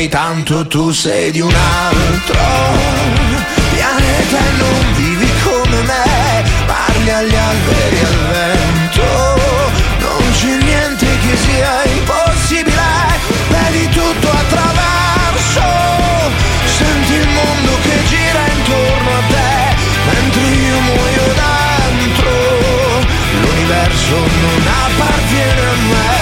sei, tanto tu sei di un altro pianeta e non vivi come me, parli agli alberi e al vento, non c'è niente che sia impossibile, vedi tutto attraverso, senti il mondo che gira intorno a te, mentre io muoio dentro, l'universo non appartiene a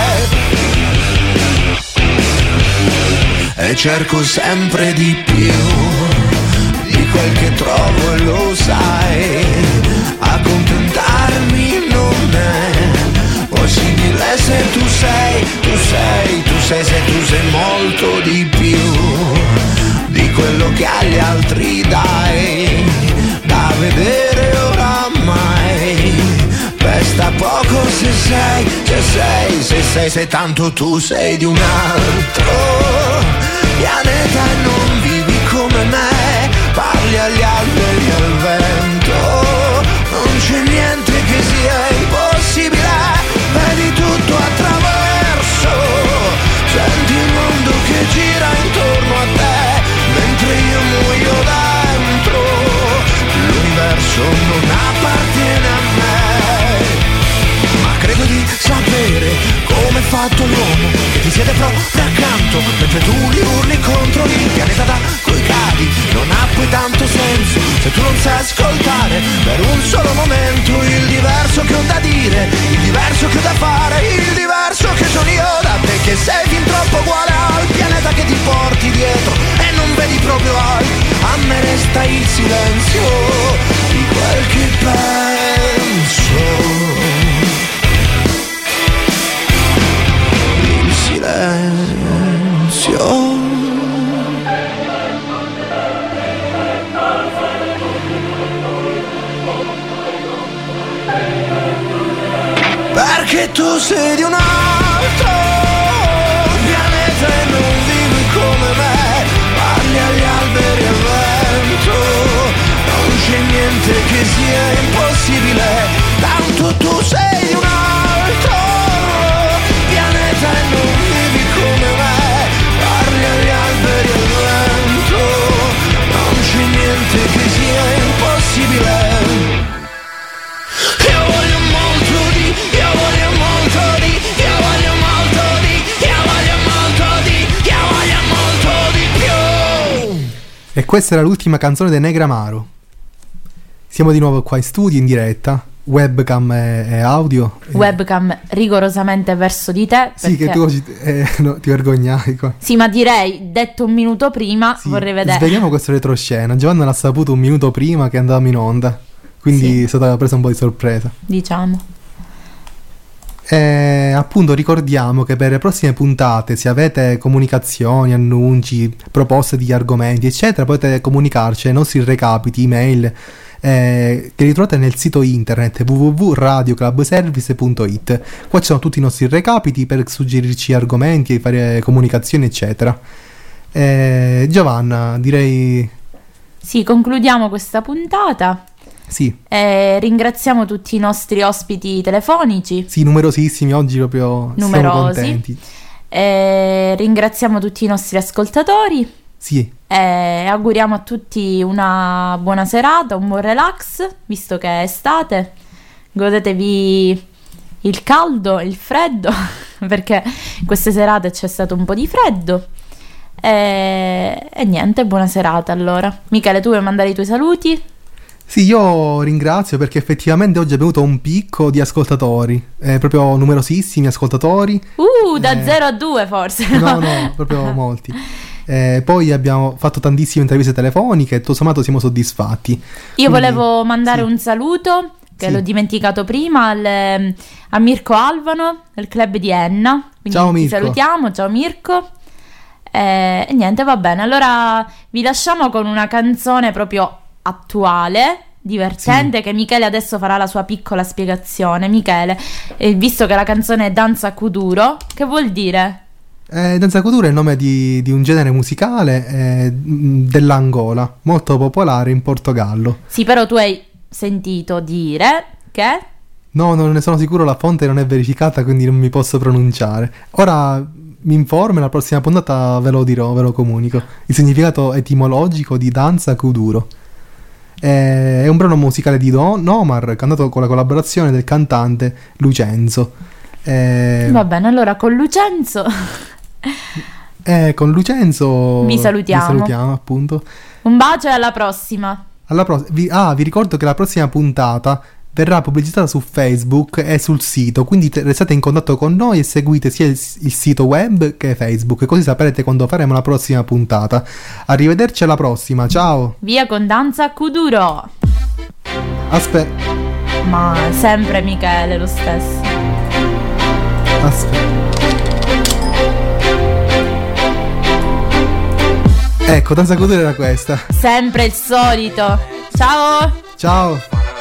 me, e cerco sempre di più di quel che trovo e lo sai, accontentarmi non è possibile se tu sei, se tu sei molto di più di quello che agli altri dai, da vedere oramai, resta poco se sei, tanto tu sei di un altro pianeta e non vivi come me, parli agli alberi e al vento, non c'è niente che sia impossibile, vedi tutto attraverso, senti il mondo che gira intorno a te, mentre io muoio dentro, l'universo non appartiene a me, ma credo di sapere come è fatto l'uomo, che ti siede proprio accanto, mentre tu li urli contro il pianeta da cui cadi, non ha poi tanto senso se tu non sai ascoltare per un solo momento il diverso che ho da dire, il diverso che ho da fare, il diverso che sono io da te, che sei fin troppo uguale al pianeta che ti porti dietro e non vedi proprio altro, a me resta il silenzio di quel che penso. Silenzio. Perché tu sei di un altro pianeta e non vivi come me, parli agli alberi e al vento, non c'è niente che sia impossibile, tanto tu sei di un altro pianeta e non vivi come me, parli agli alberi e al vento, non c'è niente che sia impossibile. Io voglio molto di, io voglio molto di, io voglio molto di, io voglio molto di, io voglio molto di più. E questa era l'ultima canzone dei Negramaro. Siamo di nuovo qua in studio, in diretta. Webcam e audio. Webcam rigorosamente verso di te. Sì, che tu oggi no, ti vergognai qua. Sì, ma direi, detto un minuto prima, sì, vorrei vedere. Sveliamo questo retroscena. Giovanna l'ha saputo un minuto prima che andavamo in onda, quindi sì, è stata presa un po' di sorpresa, diciamo. Appunto ricordiamo che per le prossime puntate, se avete comunicazioni, annunci, proposte di argomenti eccetera, potete comunicarci ai nostri recapiti email che ritrovate nel sito internet www.radioclubservice.it. Qua ci sono tutti i nostri recapiti per suggerirci argomenti, fare comunicazioni eccetera. Giovanna, direi sì, concludiamo questa puntata. Sì. Ringraziamo tutti i nostri ospiti telefonici. Sì, numerosissimi oggi, proprio numerosi. Siamo contenti. Ringraziamo tutti i nostri ascoltatori. Sì. Auguriamo a tutti una buona serata, un buon relax, visto che è estate. Godetevi il caldo, il freddo, perché queste serate c'è stato un po' di freddo. E niente, buona serata allora. Michele, tu vuoi mandare i tuoi saluti? Sì, io ringrazio perché effettivamente oggi è venuto un picco di ascoltatori, proprio numerosissimi ascoltatori. Da 0 a 2 forse. No, proprio molti. Poi abbiamo fatto tantissime interviste telefoniche e tutto sommato siamo soddisfatti. Io volevo mandare un saluto, che l'ho dimenticato prima, a Mirko Alvano, del club di Enna. Quindi ciao Mirko. Ti salutiamo, ciao Mirko. E niente, va bene. Allora vi lasciamo con una canzone proprio attuale, divertente, che Michele adesso farà la sua piccola spiegazione. Michele, visto che la canzone è Danza Kuduro, che vuol dire? Danza Kuduro è il nome di un genere musicale dell'Angola, molto popolare in Portogallo. Sì, però tu hai sentito dire che? No, non ne sono sicuro, la fonte non è verificata, quindi non mi posso pronunciare. Ora mi informo e la prossima puntata ve lo dirò, ve lo comunico. Il significato etimologico di danza kuduro. È un brano musicale di Don Omar, cantato con la collaborazione del cantante Lucenzo. Va bene, allora con Lucenzo vi salutiamo appunto. Un bacio e alla prossima. Vi ricordo che la prossima puntata verrà pubblicizzata su Facebook e sul sito, quindi restate in contatto con noi e seguite sia il sito web che Facebook, così saprete quando faremo la prossima puntata. Arrivederci alla prossima, ciao. Via con danza kuduro. Ma sempre Michele lo stesso. Ecco, danza kuduro era questa. Sempre il solito. Ciao.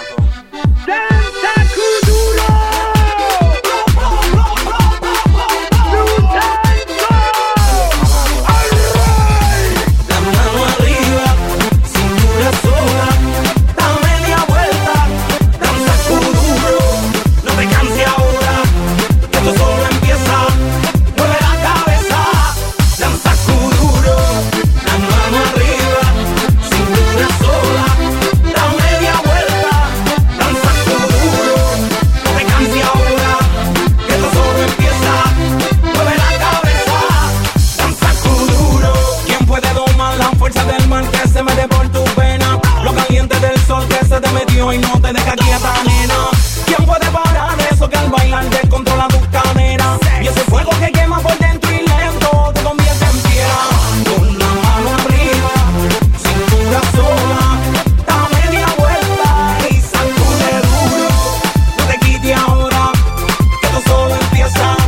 Y no te deja quieta, nena. ¿Quién puede parar eso que al bailar descontrola tus caderas? Y ese fuego que quema por dentro y lento te convierte en piedra. Con la mano arriba, cintura sola, da media vuelta y sacude duro. No te quites ahora, que esto solo empieza.